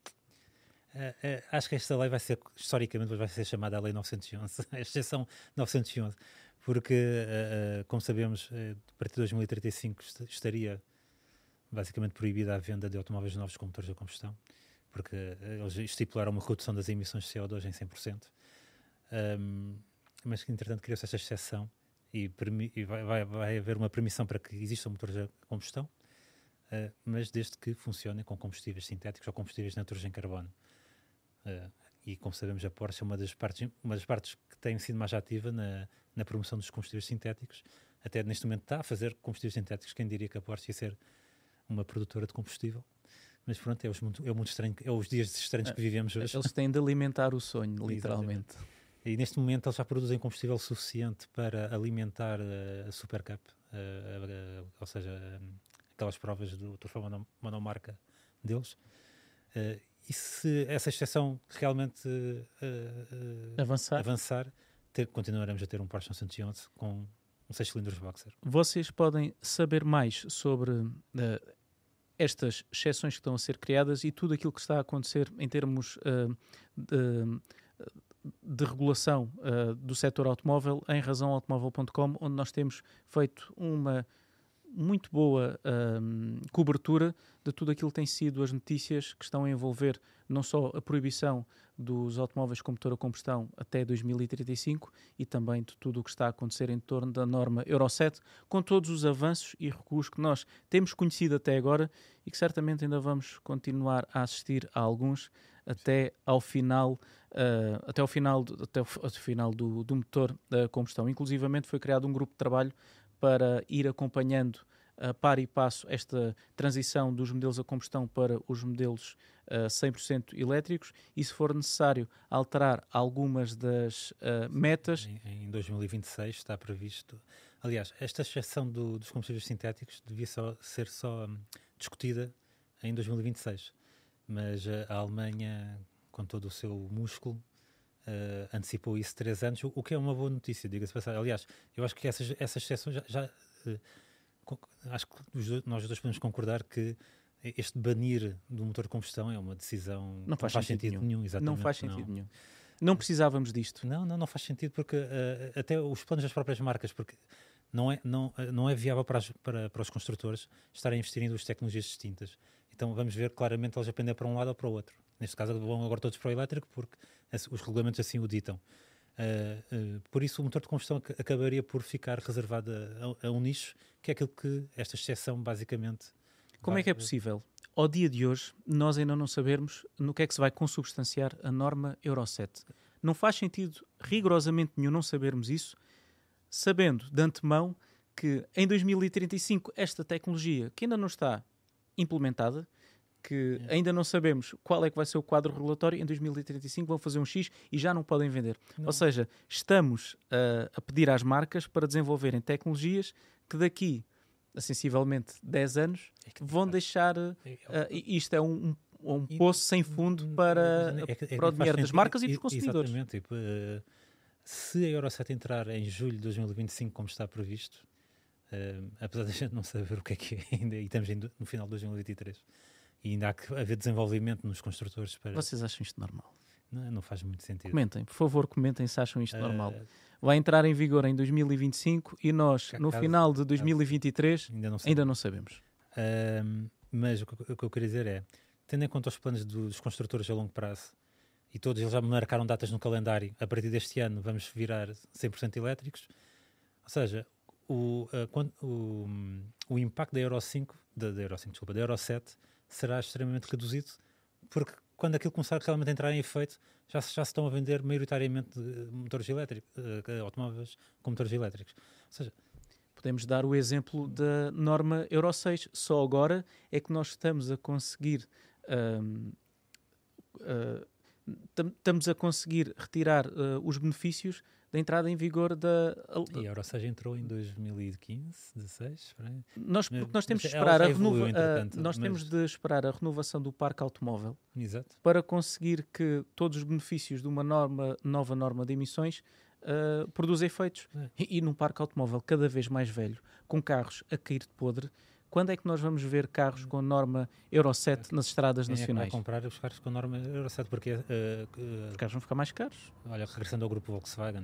Acho que esta lei vai ser, historicamente, vai ser chamada a Lei 911, a exceção 911, porque, como sabemos, a partir de 2035 estaria basicamente proibida a venda de automóveis novos com motores a combustão, porque eles estipularam uma redução das emissões de CO2 em 100%, mas que, entretanto, criou-se esta exceção e vai haver uma permissão para que existam motores a combustão, mas desde que funcionem com combustíveis sintéticos ou combustíveis de nitrogênio carbono. E como sabemos, a Porsche é uma das partes que tem sido mais ativa na promoção dos combustíveis sintéticos. Até neste momento está a fazer combustíveis sintéticos. Quem diria que a Porsche ia ser uma produtora de combustível? Mas pronto, é muito estranho, é os dias estranhos que vivemos hoje. Eles têm de alimentar o sonho, literalmente. E neste momento eles já produzem combustível suficiente para alimentar a Super Cup, ou seja, aquelas provas do Troféu Monomarca deles. E se essa exceção realmente avançar continuaremos a ter um Porsche 911 com 6 cilindros Boxer. Vocês podem saber mais sobre estas exceções que estão a ser criadas e tudo aquilo que está a acontecer em termos de regulação do setor automóvel em razãoautomóvel.com, onde nós temos feito uma muito boa cobertura de tudo aquilo que tem sido as notícias que estão a envolver não só a proibição dos automóveis com motor a combustão até 2035 e também de tudo o que está a acontecer em torno da norma Euro 7, com todos os avanços e recuos que nós temos conhecido até agora e que certamente ainda vamos continuar a assistir a alguns até ao final do motor da combustão. Inclusivamente foi criado um grupo de trabalho para ir acompanhando a par e passo esta transição dos modelos a combustão para os modelos 100% elétricos e, se for necessário, alterar algumas das metas. Em 2026 está previsto... Aliás, esta exceção dos combustíveis sintéticos devia ser discutida em 2026, mas a Alemanha, com todo o seu músculo, antecipou isso 3 anos, o que é uma boa notícia, diga-se passar. Aliás, eu acho que essas exceções acho que nós dois podemos concordar que este banir do motor de combustão é uma decisão não faz sentido nenhum. Não faz sentido nenhum. Não precisávamos disto. Não faz sentido, porque até os planos das próprias marcas, porque não é viável para os construtores estarem a investir em duas tecnologias distintas. Então vamos ver claramente eles a pender para um lado ou para o outro. Neste caso vão agora todos para o elétrico porque os regulamentos assim o ditam. Por isso o motor de combustão acabaria por ficar reservado a um nicho, que é aquilo que esta exceção basicamente... Como é que é possível, ao dia de hoje, nós ainda não sabermos no que é que se vai consubstanciar a norma Euro 7? Não faz sentido rigorosamente nenhum não sabermos isso, sabendo de antemão que em 2035 esta tecnologia, que ainda não está implementada, que ainda não sabemos qual é que vai ser o quadro regulatório, em 2035 vão fazer um X e já não podem vender. Não. Ou seja, estamos a pedir às marcas para desenvolverem tecnologias que daqui a sensivelmente 10 anos vão deixar... isto é um poço sem fundo para o dinheiro das marcas e dos consumidores. Exatamente. Tipo, se a Euro 7 entrar em julho de 2025, como está previsto, apesar de a gente não saber o que é ainda, e estamos no final de 2023, e ainda há que haver desenvolvimento nos construtores para... Vocês acham isto normal? Não faz muito sentido. Comentem, por favor, comentem se acham isto normal. Vai entrar em vigor em 2025 e nós, no final de 2023, ainda não sabemos. Mas o que eu queria dizer é, tendo em conta os planos dos construtores a longo prazo, e todos eles já marcaram datas no calendário, a partir deste ano vamos virar 100% elétricos, ou seja, o impacto da Euro 5, da Euro 7, será extremamente reduzido, porque quando aquilo começar realmente a entrar em efeito, já se estão a vender maioritariamente motores elétricos, automóveis com motores elétricos. Ou seja, podemos dar o exemplo da norma Euro 6. Só agora é que nós estamos a conseguir retirar os benefícios da entrada em vigor da... E a Euro 6 entrou em 2015, 16? Nós temos de esperar a renovação do parque automóvel. Exato. Para conseguir que todos os benefícios de uma nova norma de emissões produzem efeitos. E num parque automóvel cada vez mais velho, com carros a cair de podre, quando é que nós vamos ver carros com norma Euro 7 nas estradas nacionais? Vai comprar os carros com norma Euro 7 porque os carros vão ficar mais caros. Olha, regressando ao grupo Volkswagen,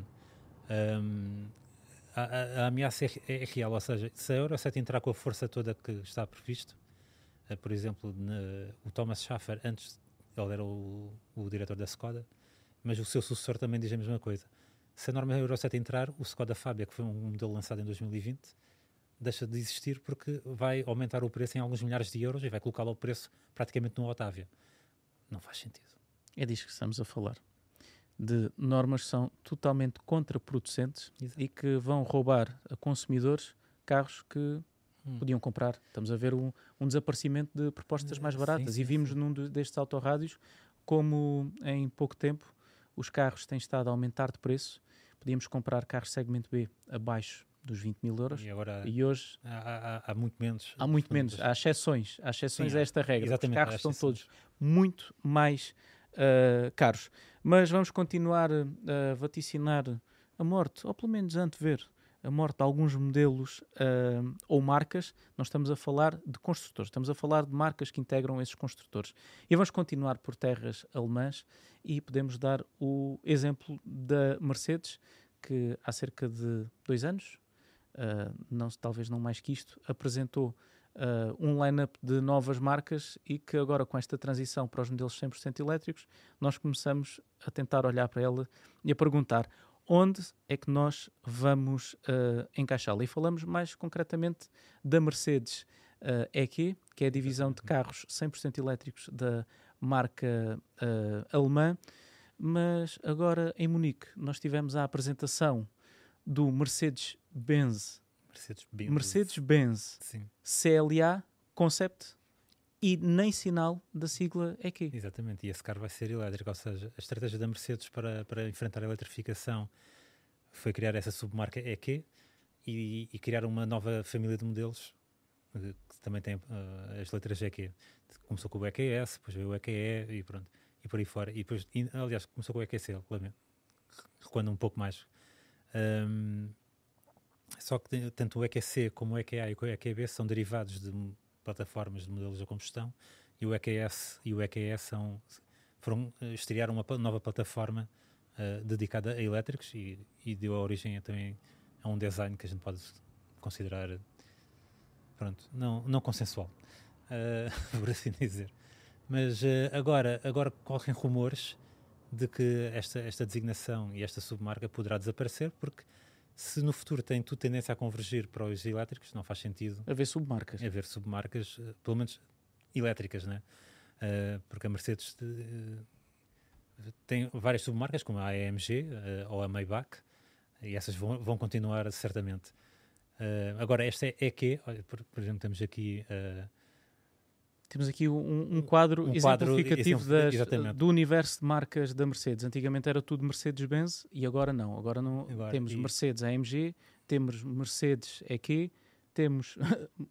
a ameaça é real, ou seja, se a Euro 7 entrar com a força toda que está previsto, por exemplo, o Thomas Schaffer, antes ele era o diretor da Skoda, mas o seu sucessor também diz a mesma coisa. Se a norma Euro 7 entrar, o Skoda Fabia, que foi um modelo lançado em 2020, deixa de existir porque vai aumentar o preço em alguns milhares de euros e vai colocá-lo ao preço praticamente no Octavia. Não faz sentido. É disso que estamos a falar. De normas que são totalmente contraproducentes e que vão roubar a consumidores carros que podiam comprar. Estamos a ver um desaparecimento de propostas mais baratas. Sim, e vimos num destes autorrádios como em pouco tempo os carros têm estado a aumentar de preço. Podíamos comprar carros segmento B abaixo dos 20 mil euros e hoje há muito menos. Há muito menos. Há exceções. Há exceções a esta regra. Os carros estão todos muito mais caros. Mas vamos continuar a vaticinar a morte, ou pelo menos a antever a morte de alguns modelos ou marcas. Não estamos a falar de construtores, estamos a falar de marcas que integram esses construtores. E vamos continuar por terras alemãs e podemos dar o exemplo da Mercedes, que há cerca de 2 anos, talvez não mais que isto, apresentou um line-up de novas marcas e que agora, com esta transição para os modelos 100% elétricos, nós começamos a tentar olhar para ela e a perguntar onde é que nós vamos encaixá-la. E falamos mais concretamente da Mercedes EQ, que é a divisão de carros 100% elétricos da marca alemã. Mas agora em Munique nós tivemos a apresentação do Mercedes-Benz CLA Concept e nem sinal da sigla EQ. Exatamente, e esse carro vai ser elétrico, ou seja, a estratégia da Mercedes para enfrentar a eletrificação foi criar essa submarca EQ e criar uma nova família de modelos que também tem as letras EQ. Começou com o EQS, depois veio o EQE e pronto, e por aí fora. E depois, aliás, começou com o EQC, recuando um pouco mais. Só que tanto o EQC como o EQA e o EQB são derivados de plataformas de modelos a combustão, e o EQS e o EQE estrearam uma nova plataforma dedicada a elétricos e deu a origem também a um design que a gente pode considerar não consensual, por assim dizer. Mas agora correm rumores de que esta designação e esta submarca poderá desaparecer, porque se no futuro tem tudo tendência a convergir para os elétricos, não faz sentido haver submarcas, pelo menos elétricas, né? Porque a Mercedes tem várias submarcas, como a AMG ou a Maybach, e essas vão continuar certamente. Agora, esta é EQ, olha, por exemplo, temos aqui um quadro exemplificativo do universo de marcas da Mercedes. Antigamente era tudo Mercedes-Benz e agora não. Agora temos Mercedes AMG, temos Mercedes EQ, temos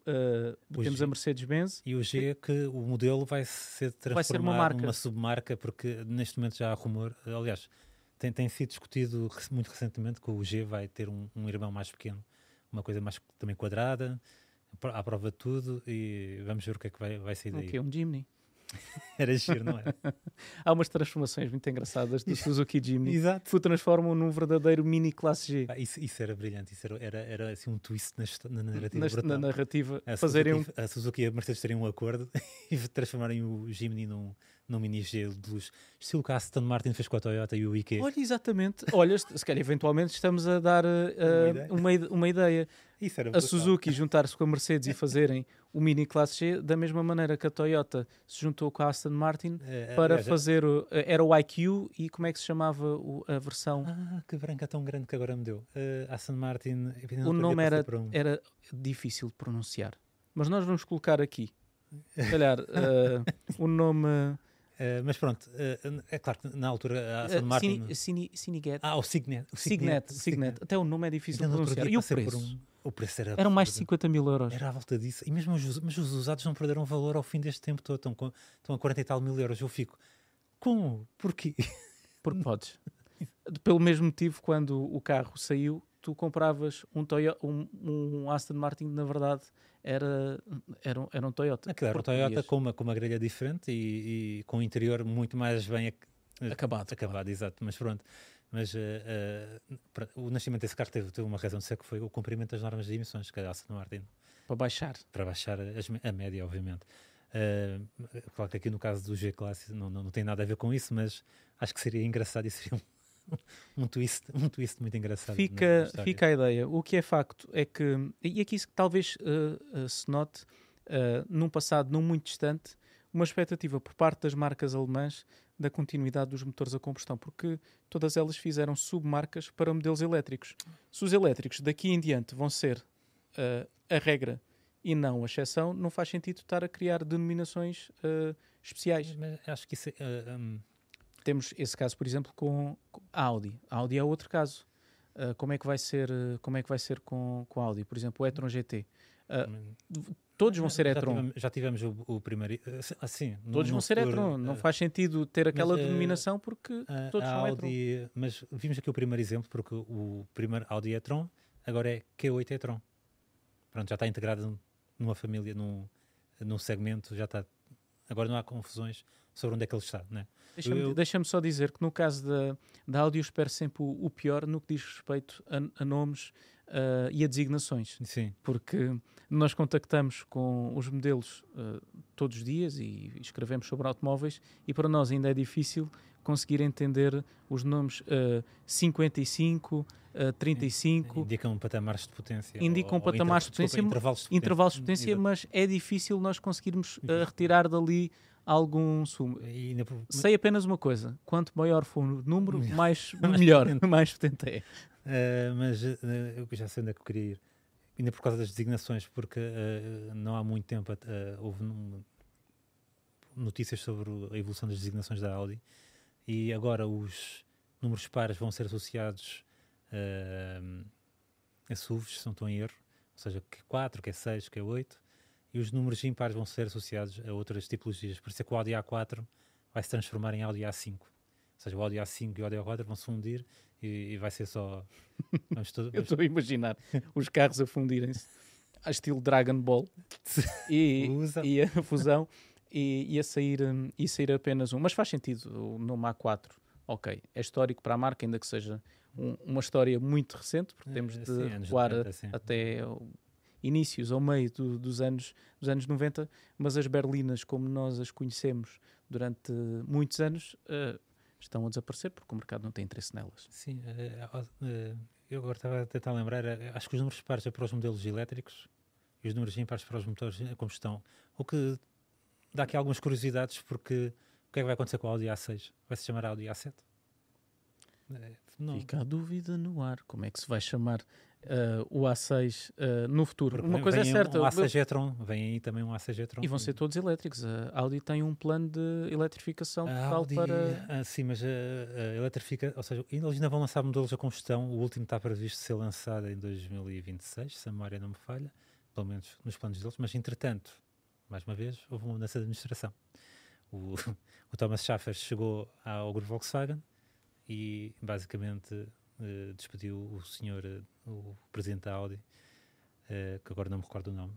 a Mercedes-Benz. E o G é que o modelo vai ser transformado numa submarca, porque neste momento já há rumor. Aliás, tem sido discutido muito recentemente que o G vai ter um irmão mais pequeno, uma coisa mais também quadrada, à prova de tudo, e vamos ver o que é que vai sair daí. O que é um Jimny? Era giro, não é? Há umas transformações muito engraçadas do Suzuki Jimny. Exato. Que o transformam num verdadeiro mini classe G. Isso era brilhante, isso era assim um twist na narrativa. Na narrativa, a Suzuki e a Mercedes teriam um acordo e transformarem o Jimny num mini G de luz, estilo que a Aston Martin fez com a Toyota e o IQ. Olha, exatamente. Olha, se calhar eventualmente estamos a dar uma ideia. A Suzuki juntar-se com a Mercedes e fazerem o mini classe G, da mesma maneira que a Toyota se juntou com a Aston Martin para fazer era o IQ, e como é que se chamava a versão? Que branca tão grande que agora me deu. Aston Martin. O nome era difícil de pronunciar, mas nós vamos colocar aqui, se calhar, o nome. Mas pronto, é claro que na altura a Aston Martin... Cineget. O Signet. Signet. Até o nome é difícil de pronunciar. E o preço? O preço eram mais de 50 mil euros. Era à volta disso. E mesmo mas os usados não perderam valor ao fim deste tempo todo. Estão a 40 e tal mil euros. Eu fico, como? Porquê? Porque podes. Pelo mesmo motivo, quando o carro saiu, tu compravas um Aston Martin, na verdade, era um Toyota. Aquilo era um Toyota com uma grelha diferente e com o interior muito mais bem acabado. Claro. Exato. Mas pronto. Mas o nascimento desse carro teve uma razão de ser, que foi o cumprimento das normas de emissões que a Aston Martin. Para baixar a média, obviamente. Claro que aqui no caso do G-Class não tem nada a ver com isso, mas acho que seria engraçado e seria um twist muito engraçado. Fica a ideia. O que é facto é que, e aqui talvez se note, num passado não muito distante, uma expectativa por parte das marcas alemãs da continuidade dos motores a combustão, porque todas elas fizeram submarcas para modelos elétricos. Se os elétricos daqui em diante vão ser a regra e não a exceção, não faz sentido estar a criar denominações especiais. Mas acho que isso Temos esse caso, por exemplo, com a Audi. A Audi é outro caso. Como é que vai ser com a Audi? Por exemplo, o e-tron GT. Todos vão ser e-tron. Já tivemos o primeiro. Assim, Todos vão ser e-tron. Não faz sentido ter aquela denominação porque todos são e-tron. Mas vimos aqui o primeiro exemplo, porque o primeiro Audi e-tron agora é Q8 e-tron. Pronto, já está integrado numa família, num segmento, já está. Agora não há confusões sobre onde é que ele está, não é? Deixa-me só dizer que no caso da Audi eu espero sempre o pior no que diz respeito a nomes e a designações. Sim. Porque nós contactamos com os modelos todos os dias e escrevemos sobre automóveis e para nós ainda é difícil conseguir entender os nomes 55, 35. Indicam patamares de potência. Indicam patamares de potência, intervalos de potência, mas é difícil nós conseguirmos retirar dali algum sumo. Sei apenas uma coisa: quanto maior for o número, mais melhor, mais potente é. Mas eu já sei onde é que eu queria ir. Ainda por causa das designações, porque não há muito tempo houve notícias sobre a evolução das designações da Audi e agora os números pares vão ser associados a SUVs, se não estou em erro, ou seja, Q4, Q6, Q8, e os números impares vão ser associados a outras tipologias. Por isso é que o Audi A4 vai se transformar em Audi A5. Ou seja, o Audi A5 e o Audi A4 vão se fundir e vai ser só... Eu estou a imaginar os carros a fundirem-se a estilo Dragon Ball e a fusão e a sair apenas um. Mas faz sentido o nome A4. Ok, é histórico para a marca, ainda que seja uma história muito recente, porque temos de recuar até inícios ou meio dos anos 90, mas as berlinas, como nós as conhecemos durante muitos anos, estão a desaparecer porque o mercado não tem interesse nelas. Sim, eu agora estava a tentar lembrar, acho que os números pares é para os modelos elétricos e os números impares para os motores a combustão, o que dá aqui algumas curiosidades, porque o que é que vai acontecer com a Audi A6? Vai se chamar Audi A7? Não. Fica a dúvida no ar, como é que se vai chamar o A6 no futuro. Porque uma coisa é certa. Um A6 e-tron, vem aí também um A6 e-tron. E vão ser todos elétricos. A Audi tem um plano de eletrificação total para... sim, mas a eletrifica, ou seja, eles ainda vão lançar modelos a combustão. O último está previsto ser lançado em 2026, se a memória não me falha, pelo menos nos planos deles, mas entretanto, mais uma vez, houve uma mudança de administração. O Thomas Schaffer chegou ao grupo Volkswagen e basicamente despediu o senhor, o presidente da Audi, que agora não me recordo o nome,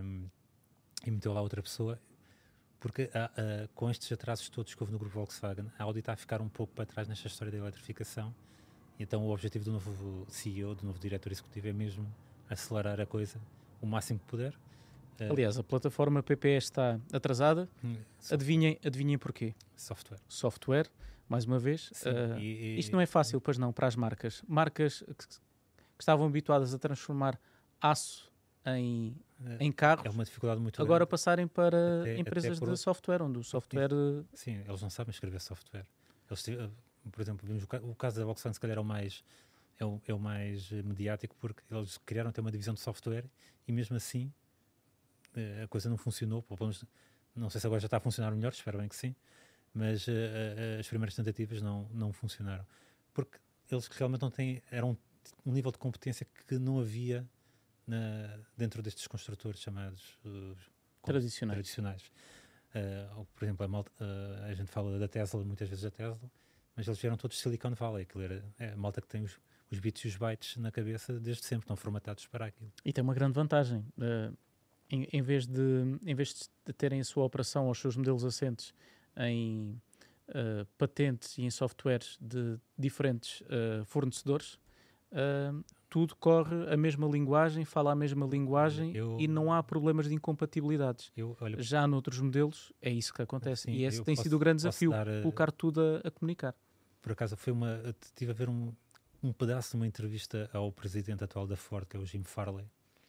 e meteu lá outra pessoa, porque com estes atrasos todos que houve no grupo Volkswagen, a Audi está a ficar um pouco para trás nesta história da eletrificação, e então o objetivo do novo CEO, do novo diretor executivo, é mesmo acelerar a coisa o máximo que puder. Aliás, a plataforma PPE está atrasada. Adivinhem porquê? Software, mais uma vez. Isto não é fácil, pois não, para as marcas. Marcas que estavam habituadas a transformar aço em carros, é uma dificuldade muito agora grande. Passarem para empresas de software, onde o software... Sim, eles não sabem escrever software. Por exemplo, vimos o caso da Volkswagen, se calhar é o mais mediático, porque eles criaram até uma divisão de software e mesmo assim a coisa não funcionou. Não sei se agora já está a funcionar melhor, espero bem que sim, mas as primeiras tentativas não funcionaram, porque eles realmente não têm, era um nível de competência que não havia dentro destes construtores chamados tradicionais. Por exemplo, a gente fala da Tesla, muitas vezes da Tesla, mas eles vieram todos de Silicon Valley. Aquilo era a malta que tem os bits e os bytes na cabeça desde sempre, estão formatados para aquilo. E tem uma grande vantagem. Em vez de terem a sua operação aos seus modelos assentes em patentes e em softwares de diferentes fornecedores, tudo corre a mesma linguagem, fala a mesma linguagem e não há problemas de incompatibilidades. Já noutros modelos é isso que acontece. Sim, e esse tem sido o grande desafio, colocar tudo a comunicar. Por acaso estive a ver um pedaço de uma entrevista ao presidente atual da Ford, que é o Jim Farley,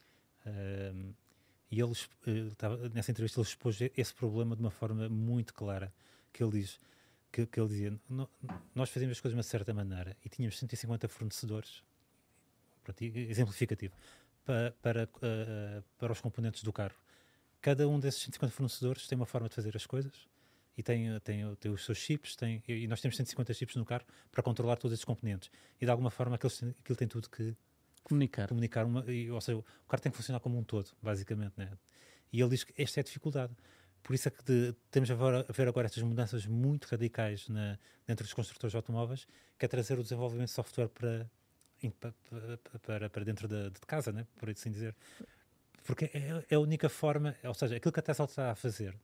e nessa entrevista ele expôs esse problema de uma forma muito clara, que ele diz: que ele dizia, nós fazíamos as coisas de uma certa maneira e tínhamos 150 fornecedores, pronto, exemplificativo, para os componentes do carro. Cada um desses 150 fornecedores tem uma forma de fazer as coisas e tem os seus chips, e nós temos 150 chips no carro para controlar todos esses componentes. E de alguma forma aquilo tem tudo que comunicar ou seja, o carro tem que funcionar como um todo, basicamente, né? E ele diz que esta é a dificuldade. Por isso é que temos a ver agora estas mudanças muito radicais dentro dos construtores de automóveis, que é trazer o desenvolvimento de software para dentro de casa, né? Por assim dizer. Porque é a única forma, ou seja, aquilo que a Tesla está a fazer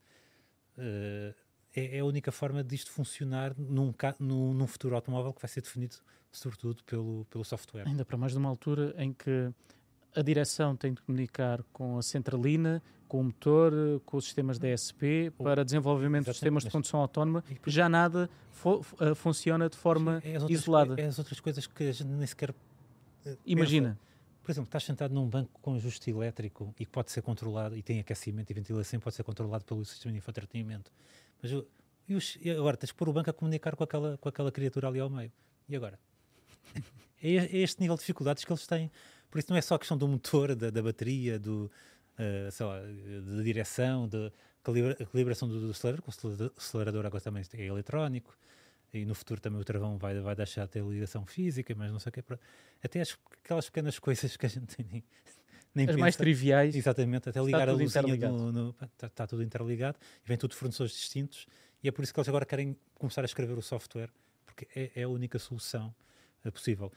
é a única forma disto funcionar num futuro automóvel que vai ser definido sobretudo pelo software. Ainda para mais numa altura em que a direção tem de comunicar com a centralina, com o motor, com os sistemas DSP, para desenvolvimento de sistemas de condução autónoma, já nada funciona de forma isolada. É as outras coisas que a gente nem sequer imagina. Pensa. Por exemplo, estás sentado num banco com ajuste elétrico e que pode ser controlado, e tem aquecimento e ventilação, pode ser controlado pelo sistema de infoentretenimento. Mas e agora tens que pôr o banco a comunicar com aquela criatura ali ao meio. E agora? É este nível de dificuldades que eles têm. Por isso não é só a questão do motor, da bateria, sei lá, da direção, da calibração do acelerador, que o acelerador agora também é eletrónico, e no futuro também o travão vai deixar de ter ligação física, mas não sei o que. Até aquelas pequenas coisas que a gente nem as pensa. mais triviais. Exatamente, até ligar a luzinha está tudo interligado, e vem tudo de fornecedores distintos, e é por isso que eles agora querem começar a escrever o software, porque é a única solução possível.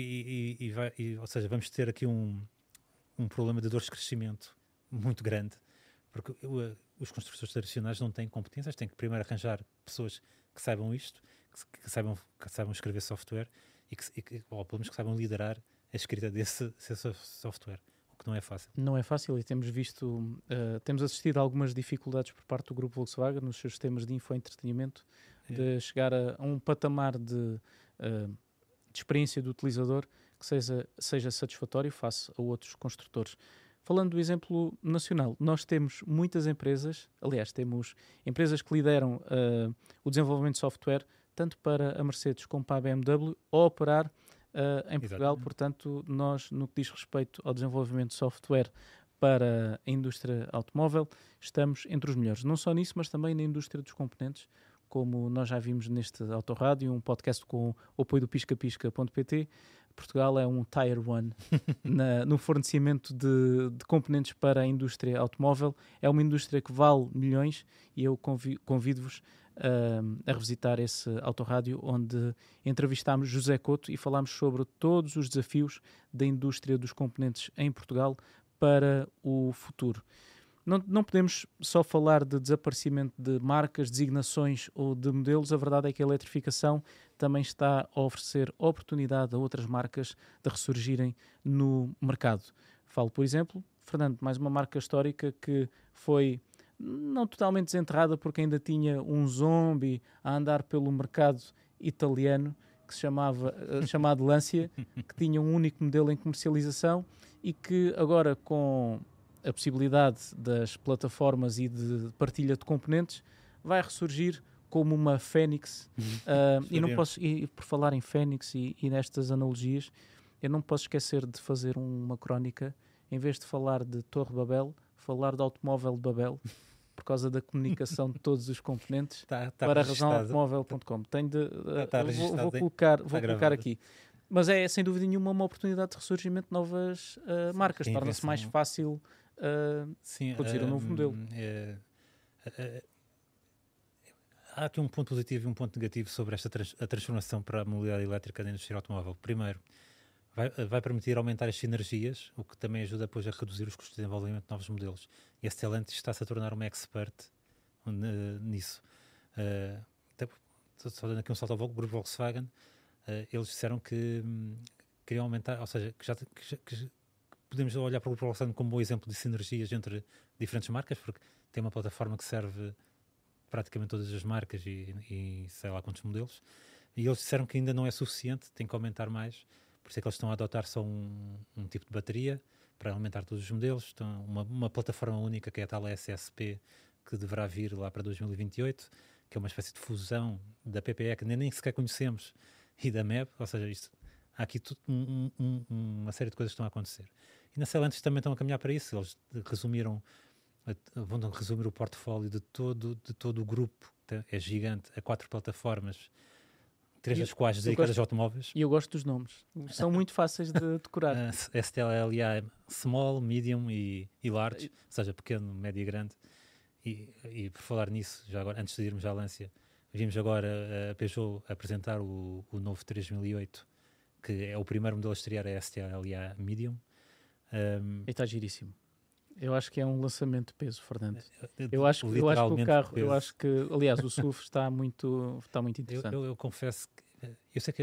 Ou seja, vamos ter aqui um problema de dores de crescimento muito grande, porque os construtores tradicionais não têm competências, têm que primeiro arranjar pessoas que saibam isto, que saibam escrever software ou pelo menos que saibam liderar a escrita desse software, o que não é fácil. Não é fácil, e temos assistido a algumas dificuldades por parte do grupo Volkswagen nos seus sistemas de infoentretenimento, de chegar a um patamar de experiência do utilizador que seja satisfatório face a outros construtores. Falando do exemplo nacional, nós temos muitas empresas, aliás, temos empresas que lideram o desenvolvimento de software, tanto para a Mercedes como para a BMW, a operar em Portugal. Portanto, nós, no que diz respeito ao desenvolvimento de software para a indústria automóvel, estamos entre os melhores. Não só nisso, mas também na indústria dos componentes, como nós já vimos neste Autorádio, um podcast com o apoio do piscapisca.pt. Portugal é um Tier 1 no fornecimento de componentes para a indústria automóvel. É uma indústria que vale milhões, e eu convido-vos a revisitar esse Autorádio, onde entrevistámos José Couto e falámos sobre todos os desafios da indústria dos componentes em Portugal para o futuro. Não podemos só falar de desaparecimento de marcas, designações ou de modelos. A verdade é que a eletrificação também está a oferecer oportunidade a outras marcas de ressurgirem no mercado. Falo, por exemplo, Fernando, mais uma marca histórica que foi não totalmente desenterrada, porque ainda tinha um zombie a andar pelo mercado italiano que se chamado Lancia, que tinha um único modelo em comercialização e que agora, com a possibilidade das plataformas e de partilha de componentes, vai ressurgir como uma Fênix. E por falar em Fênix e nestas analogias, eu não posso esquecer de fazer uma crónica, em vez de falar de Torre Babel, falar de automóvel de Babel, por causa da comunicação de todos os componentes para a razãoautomóvel.com. Vou colocar aqui. Mas é, sem dúvida nenhuma, uma oportunidade de ressurgimento de novas marcas. Torna-se mais fácil produzir um novo modelo. Há aqui um ponto positivo e um ponto negativo sobre a transformação para a mobilidade elétrica da indústria automóvel. Primeiro, vai permitir aumentar as sinergias, o que também ajuda depois a reduzir os custos de desenvolvimento de novos modelos. E a Stellantis está-se a tornar uma expert nisso. Só dando aqui um salto ao grupo Volkswagen, eles disseram que queriam aumentar, ou seja, que podemos olhar para o grupo Volkswagen como um bom exemplo de sinergias entre diferentes marcas, porque tem uma plataforma que serve praticamente todas as marcas e sei lá quantos modelos. E eles disseram que ainda não é suficiente, tem que aumentar mais. Por isso é que eles estão a adotar só um tipo de bateria para aumentar todos os modelos. Uma plataforma única, que é a tal SSP, que deverá vir lá para 2028, que é uma espécie de fusão da PPE, que nem sequer conhecemos, e da MEB, ou seja, há aqui uma série de coisas que estão a acontecer. E na Stellantis também estão a caminhar para isso. Eles vão resumir o portfólio de todo o grupo, é gigante, a 4 plataformas, 3 das quais dedicadas a automóveis. E eu gosto dos nomes, são muito fáceis de decorar. STLA Small, Medium e Large, ou seja, pequeno, médio e grande. E por falar nisso, já agora, antes de irmos à Lancia, vimos agora a Peugeot apresentar o novo 3008, que é o primeiro modelo a estrear a STLA Medium. E está giríssimo. Eu acho que é um lançamento de peso, Fernando. Eu acho que o carro, aliás, o SUV está muito interessante. Eu confesso que eu sei que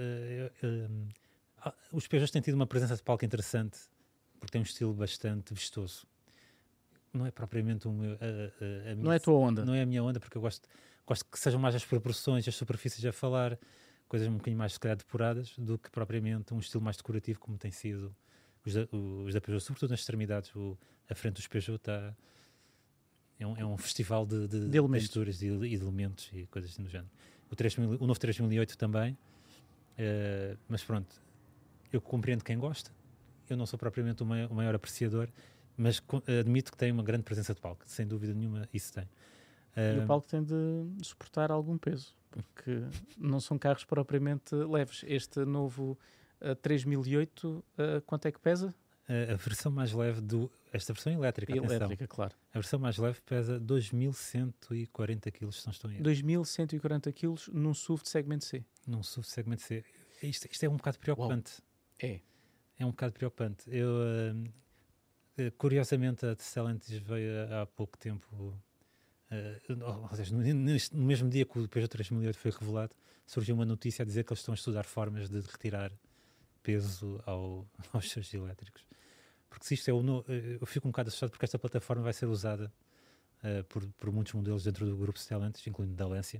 os Peugeots têm tido uma presença de palco interessante, porque tem um estilo bastante vistoso. Não é propriamente não é a tua onda. Não é a minha onda, porque eu gosto que sejam mais as proporções, as superfícies a falar, coisas um bocadinho mais, se calhar, depuradas, do que propriamente um estilo mais decorativo, como tem sido os da Peugeot, sobretudo nas extremidades. A frente dos Peugeot é um festival de texturas e de elementos e coisas assim do género. O novo 3008 também, mas pronto, eu compreendo quem gosta. Eu não sou propriamente o maior apreciador, mas admito que tem uma grande presença de palco, sem dúvida nenhuma, isso tem. E o palco tem de suportar algum peso, porque não são carros propriamente leves. Este novo 3008, quanto é que pesa? A versão mais leve esta versão elétrica, elétrica, claro. A versão mais leve pesa 2.140 kg, se não estou em erro. 2.140 kg num SUV de segmento C. Num SUV de segmento C. Isto é um bocado preocupante. Uau. É um bocado preocupante. Curiosamente, a Stellantis veio há pouco tempo, ou seja, no mesmo dia que o Peugeot 3008 foi revelado, surgiu uma notícia a dizer que eles estão a estudar formas de retirar peso aos seus elétricos. Porque se isto é eu fico um bocado assustado, porque esta plataforma vai ser usada por muitos modelos dentro do grupo Stellantis, incluindo da Lancia.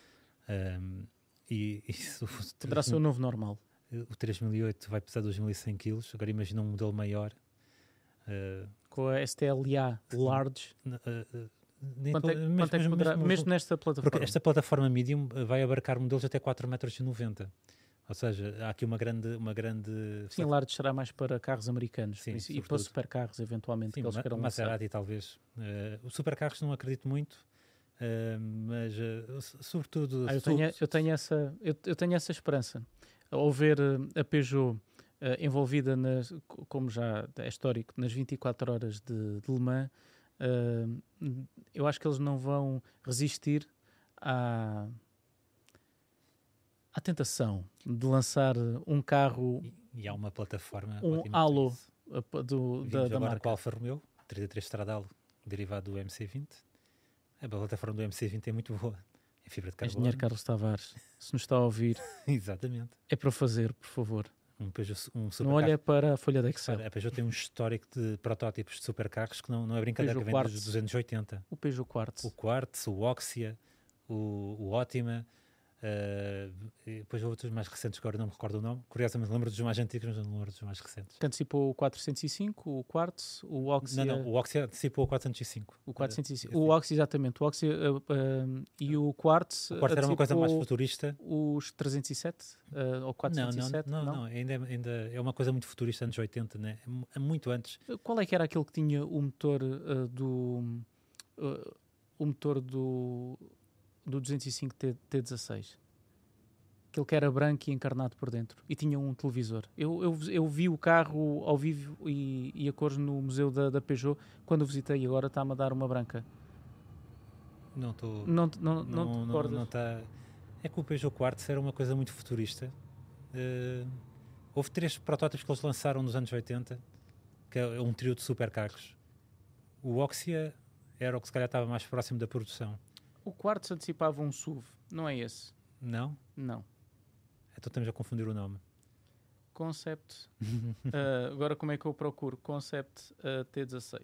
Poderá ser o novo normal. O 3008 vai pesar 2.100 kg. Agora imagina um modelo maior. Com a STLA Large. Quanto é que poderá, mesmo nesta plataforma? Porque esta plataforma Medium vai abarcar modelos até 4,90 m. Ou seja, há aqui uma grande... Sim, Large será mais para carros americanos. Sim, e para supercarros, eventualmente, sim, que eles queiram lançar. Maserati, talvez. Os supercarros não acredito muito, mas sobretudo... Eu tenho essa esperança. Ao ver a Peugeot envolvida, como já é histórico, nas 24 horas de Le Mans, eu acho que eles não vão resistir à tentação de lançar um carro... E há uma plataforma... Um halo da marca. O Alfa Romeo, 33 Stradale, derivado do MC20. A plataforma do MC20 é muito boa. É fibra de carbono. Engenheiro Carlos Tavares, se nos está a ouvir... Exatamente. É para fazer, por favor. Não olha para a folha de Excel. A Peugeot tem um histórico de protótipos de supercarros que não é brincadeira, que vem dos 280. O Peugeot Quartz. O Quartz, o Oxia, o Optima, e depois outros mais recentes que agora não me recordo o nome. Curiosamente lembro dos mais antigos, mas não lembro dos mais recentes. Que antecipou o 405, o Quartz, o Oxia... Não, o Oxia antecipou o 405. O 405. O Oxia, exatamente. O Oxia e o Quartz... O Quartz era uma coisa mais futurista. Os 307 ou 407? Não. Ainda é uma coisa muito futurista, anos 80, né? Muito antes. Qual é que era aquele que tinha o motor do 205 T16? Aquele que era branco e encarnado por dentro e tinha um televisor. Eu vi o carro ao vivo e a cores no museu da Peugeot quando o visitei, e agora está-me a dar uma branca. Não estou... Não te recordas? Não está... É que o Peugeot Quartz era uma coisa muito futurista. Houve 3 protótipos que eles lançaram nos anos 80, que é um trio de supercarros. O Oxia era o que se calhar estava mais próximo da produção. O Quartz antecipava um SUV, não é esse? Não? Não. Então estamos a confundir o nome. Concept. Agora como é que eu procuro? Concept T16.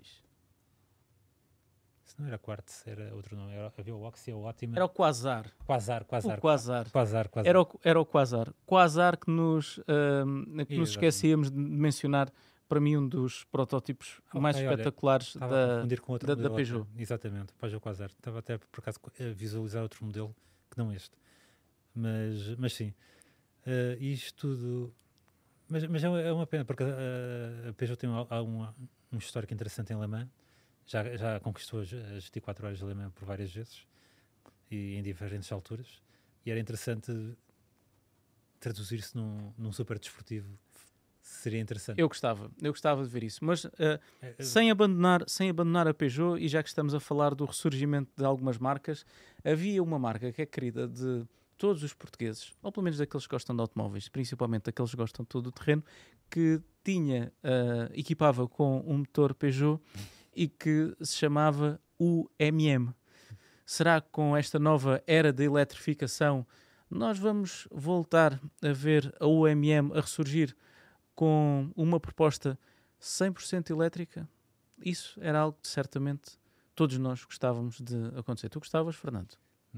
Se não era Quartz, era outro nome. Havia o Oxia, o Optima. Era o Quasar. Quasar. O Quasar. Era o Quasar. Quasar que nos esquecíamos de mencionar para mim, um dos protótipos mais espetaculares estava a confundir com outro da Peugeot. Exatamente, o Peugeot Quasar. Estava até, por acaso, a visualizar outro modelo que não este. Mas sim, isto tudo... Mas é uma pena, porque a Peugeot tem um histórico interessante em Le Mans. Já conquistou as 24 horas de Le Mans por várias vezes e em diferentes alturas. E era interessante traduzir-se num super desportivo. Seria interessante. Eu gostava de ver isso. Mas sem abandonar a Peugeot, e já que estamos a falar do ressurgimento de algumas marcas, havia uma marca que é querida de todos os portugueses, ou pelo menos daqueles que gostam de automóveis, principalmente daqueles que gostam de todo o terreno, que equipava com um motor Peugeot e que se chamava UMM. Será que com esta nova era de eletrificação nós vamos voltar a ver a UMM a ressurgir com uma proposta 100% elétrica? Isso era algo que certamente todos nós gostávamos de acontecer. Tu gostavas, Fernando?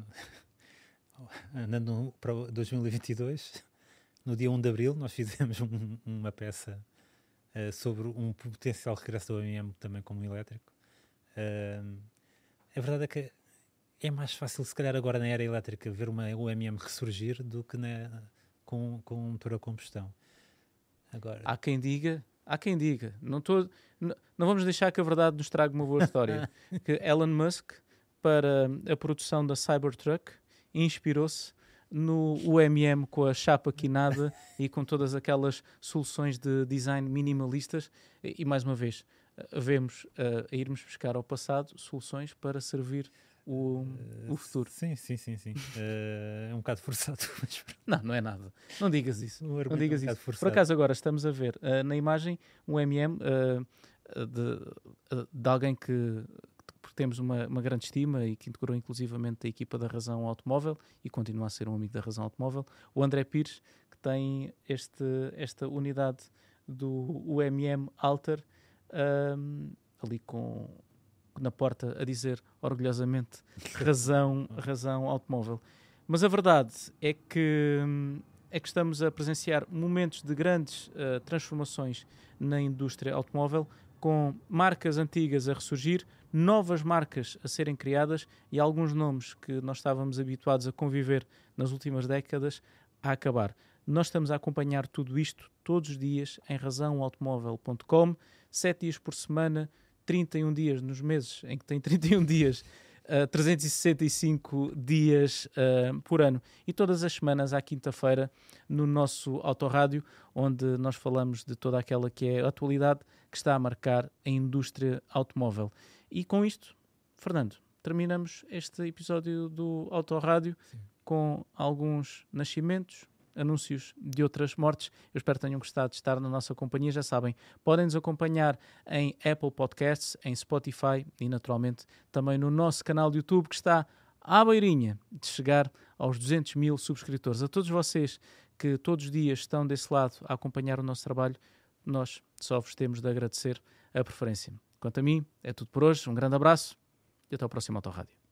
Andando para 2022, no dia 1 de Abril, nós fizemos uma peça sobre um potencial regresso da UMM também como elétrico. A verdade é que é mais fácil, se calhar, agora na era elétrica, ver uma UMM ressurgir do que com um motor a combustão. Agora... Há quem diga. Não vamos deixar que a verdade nos traga uma boa história. Que Elon Musk, para a produção da Cybertruck, inspirou-se no UMM com a chapa quinada e com todas aquelas soluções de design minimalistas. E mais uma vez, vemos a irmos buscar ao passado soluções para servir o futuro. Sim. É um bocado forçado. Não é nada. Não digas isso. Não digas isso. Forçado. Por acaso agora estamos a ver na imagem um MM de alguém que temos uma grande estima e que integrou inclusivamente a equipa da Razão Automóvel e continua a ser um amigo da Razão Automóvel, o André Pires, que tem esta unidade do UMM Alter ali na porta a dizer orgulhosamente razão automóvel. Mas a verdade é que estamos a presenciar momentos de grandes transformações na indústria automóvel, com marcas antigas a ressurgir, novas marcas a serem criadas e alguns nomes que nós estávamos habituados a conviver nas últimas décadas a acabar. Nós estamos a acompanhar tudo isto todos os dias em razãoautomóvel.com, 7 dias por semana, 31 dias nos meses em que tem 31 dias, 365 dias por ano. E todas as semanas, à quinta-feira, no nosso Autorádio, onde nós falamos de toda aquela que é a atualidade que está a marcar a indústria automóvel. E com isto, Fernando, terminamos este episódio do Autorádio com alguns nascimentos, anúncios de outras mortes. Eu espero que tenham gostado de estar na nossa companhia. Já sabem, podem nos acompanhar em Apple Podcasts, em Spotify e naturalmente também no nosso canal de YouTube, que está à beirinha de chegar aos 200 mil subscritores. A todos vocês que todos os dias estão desse lado a acompanhar o nosso trabalho, nós só vos temos de agradecer a preferência. Quanto a mim, é tudo por hoje. Um grande abraço e até ao próximo Autorádio.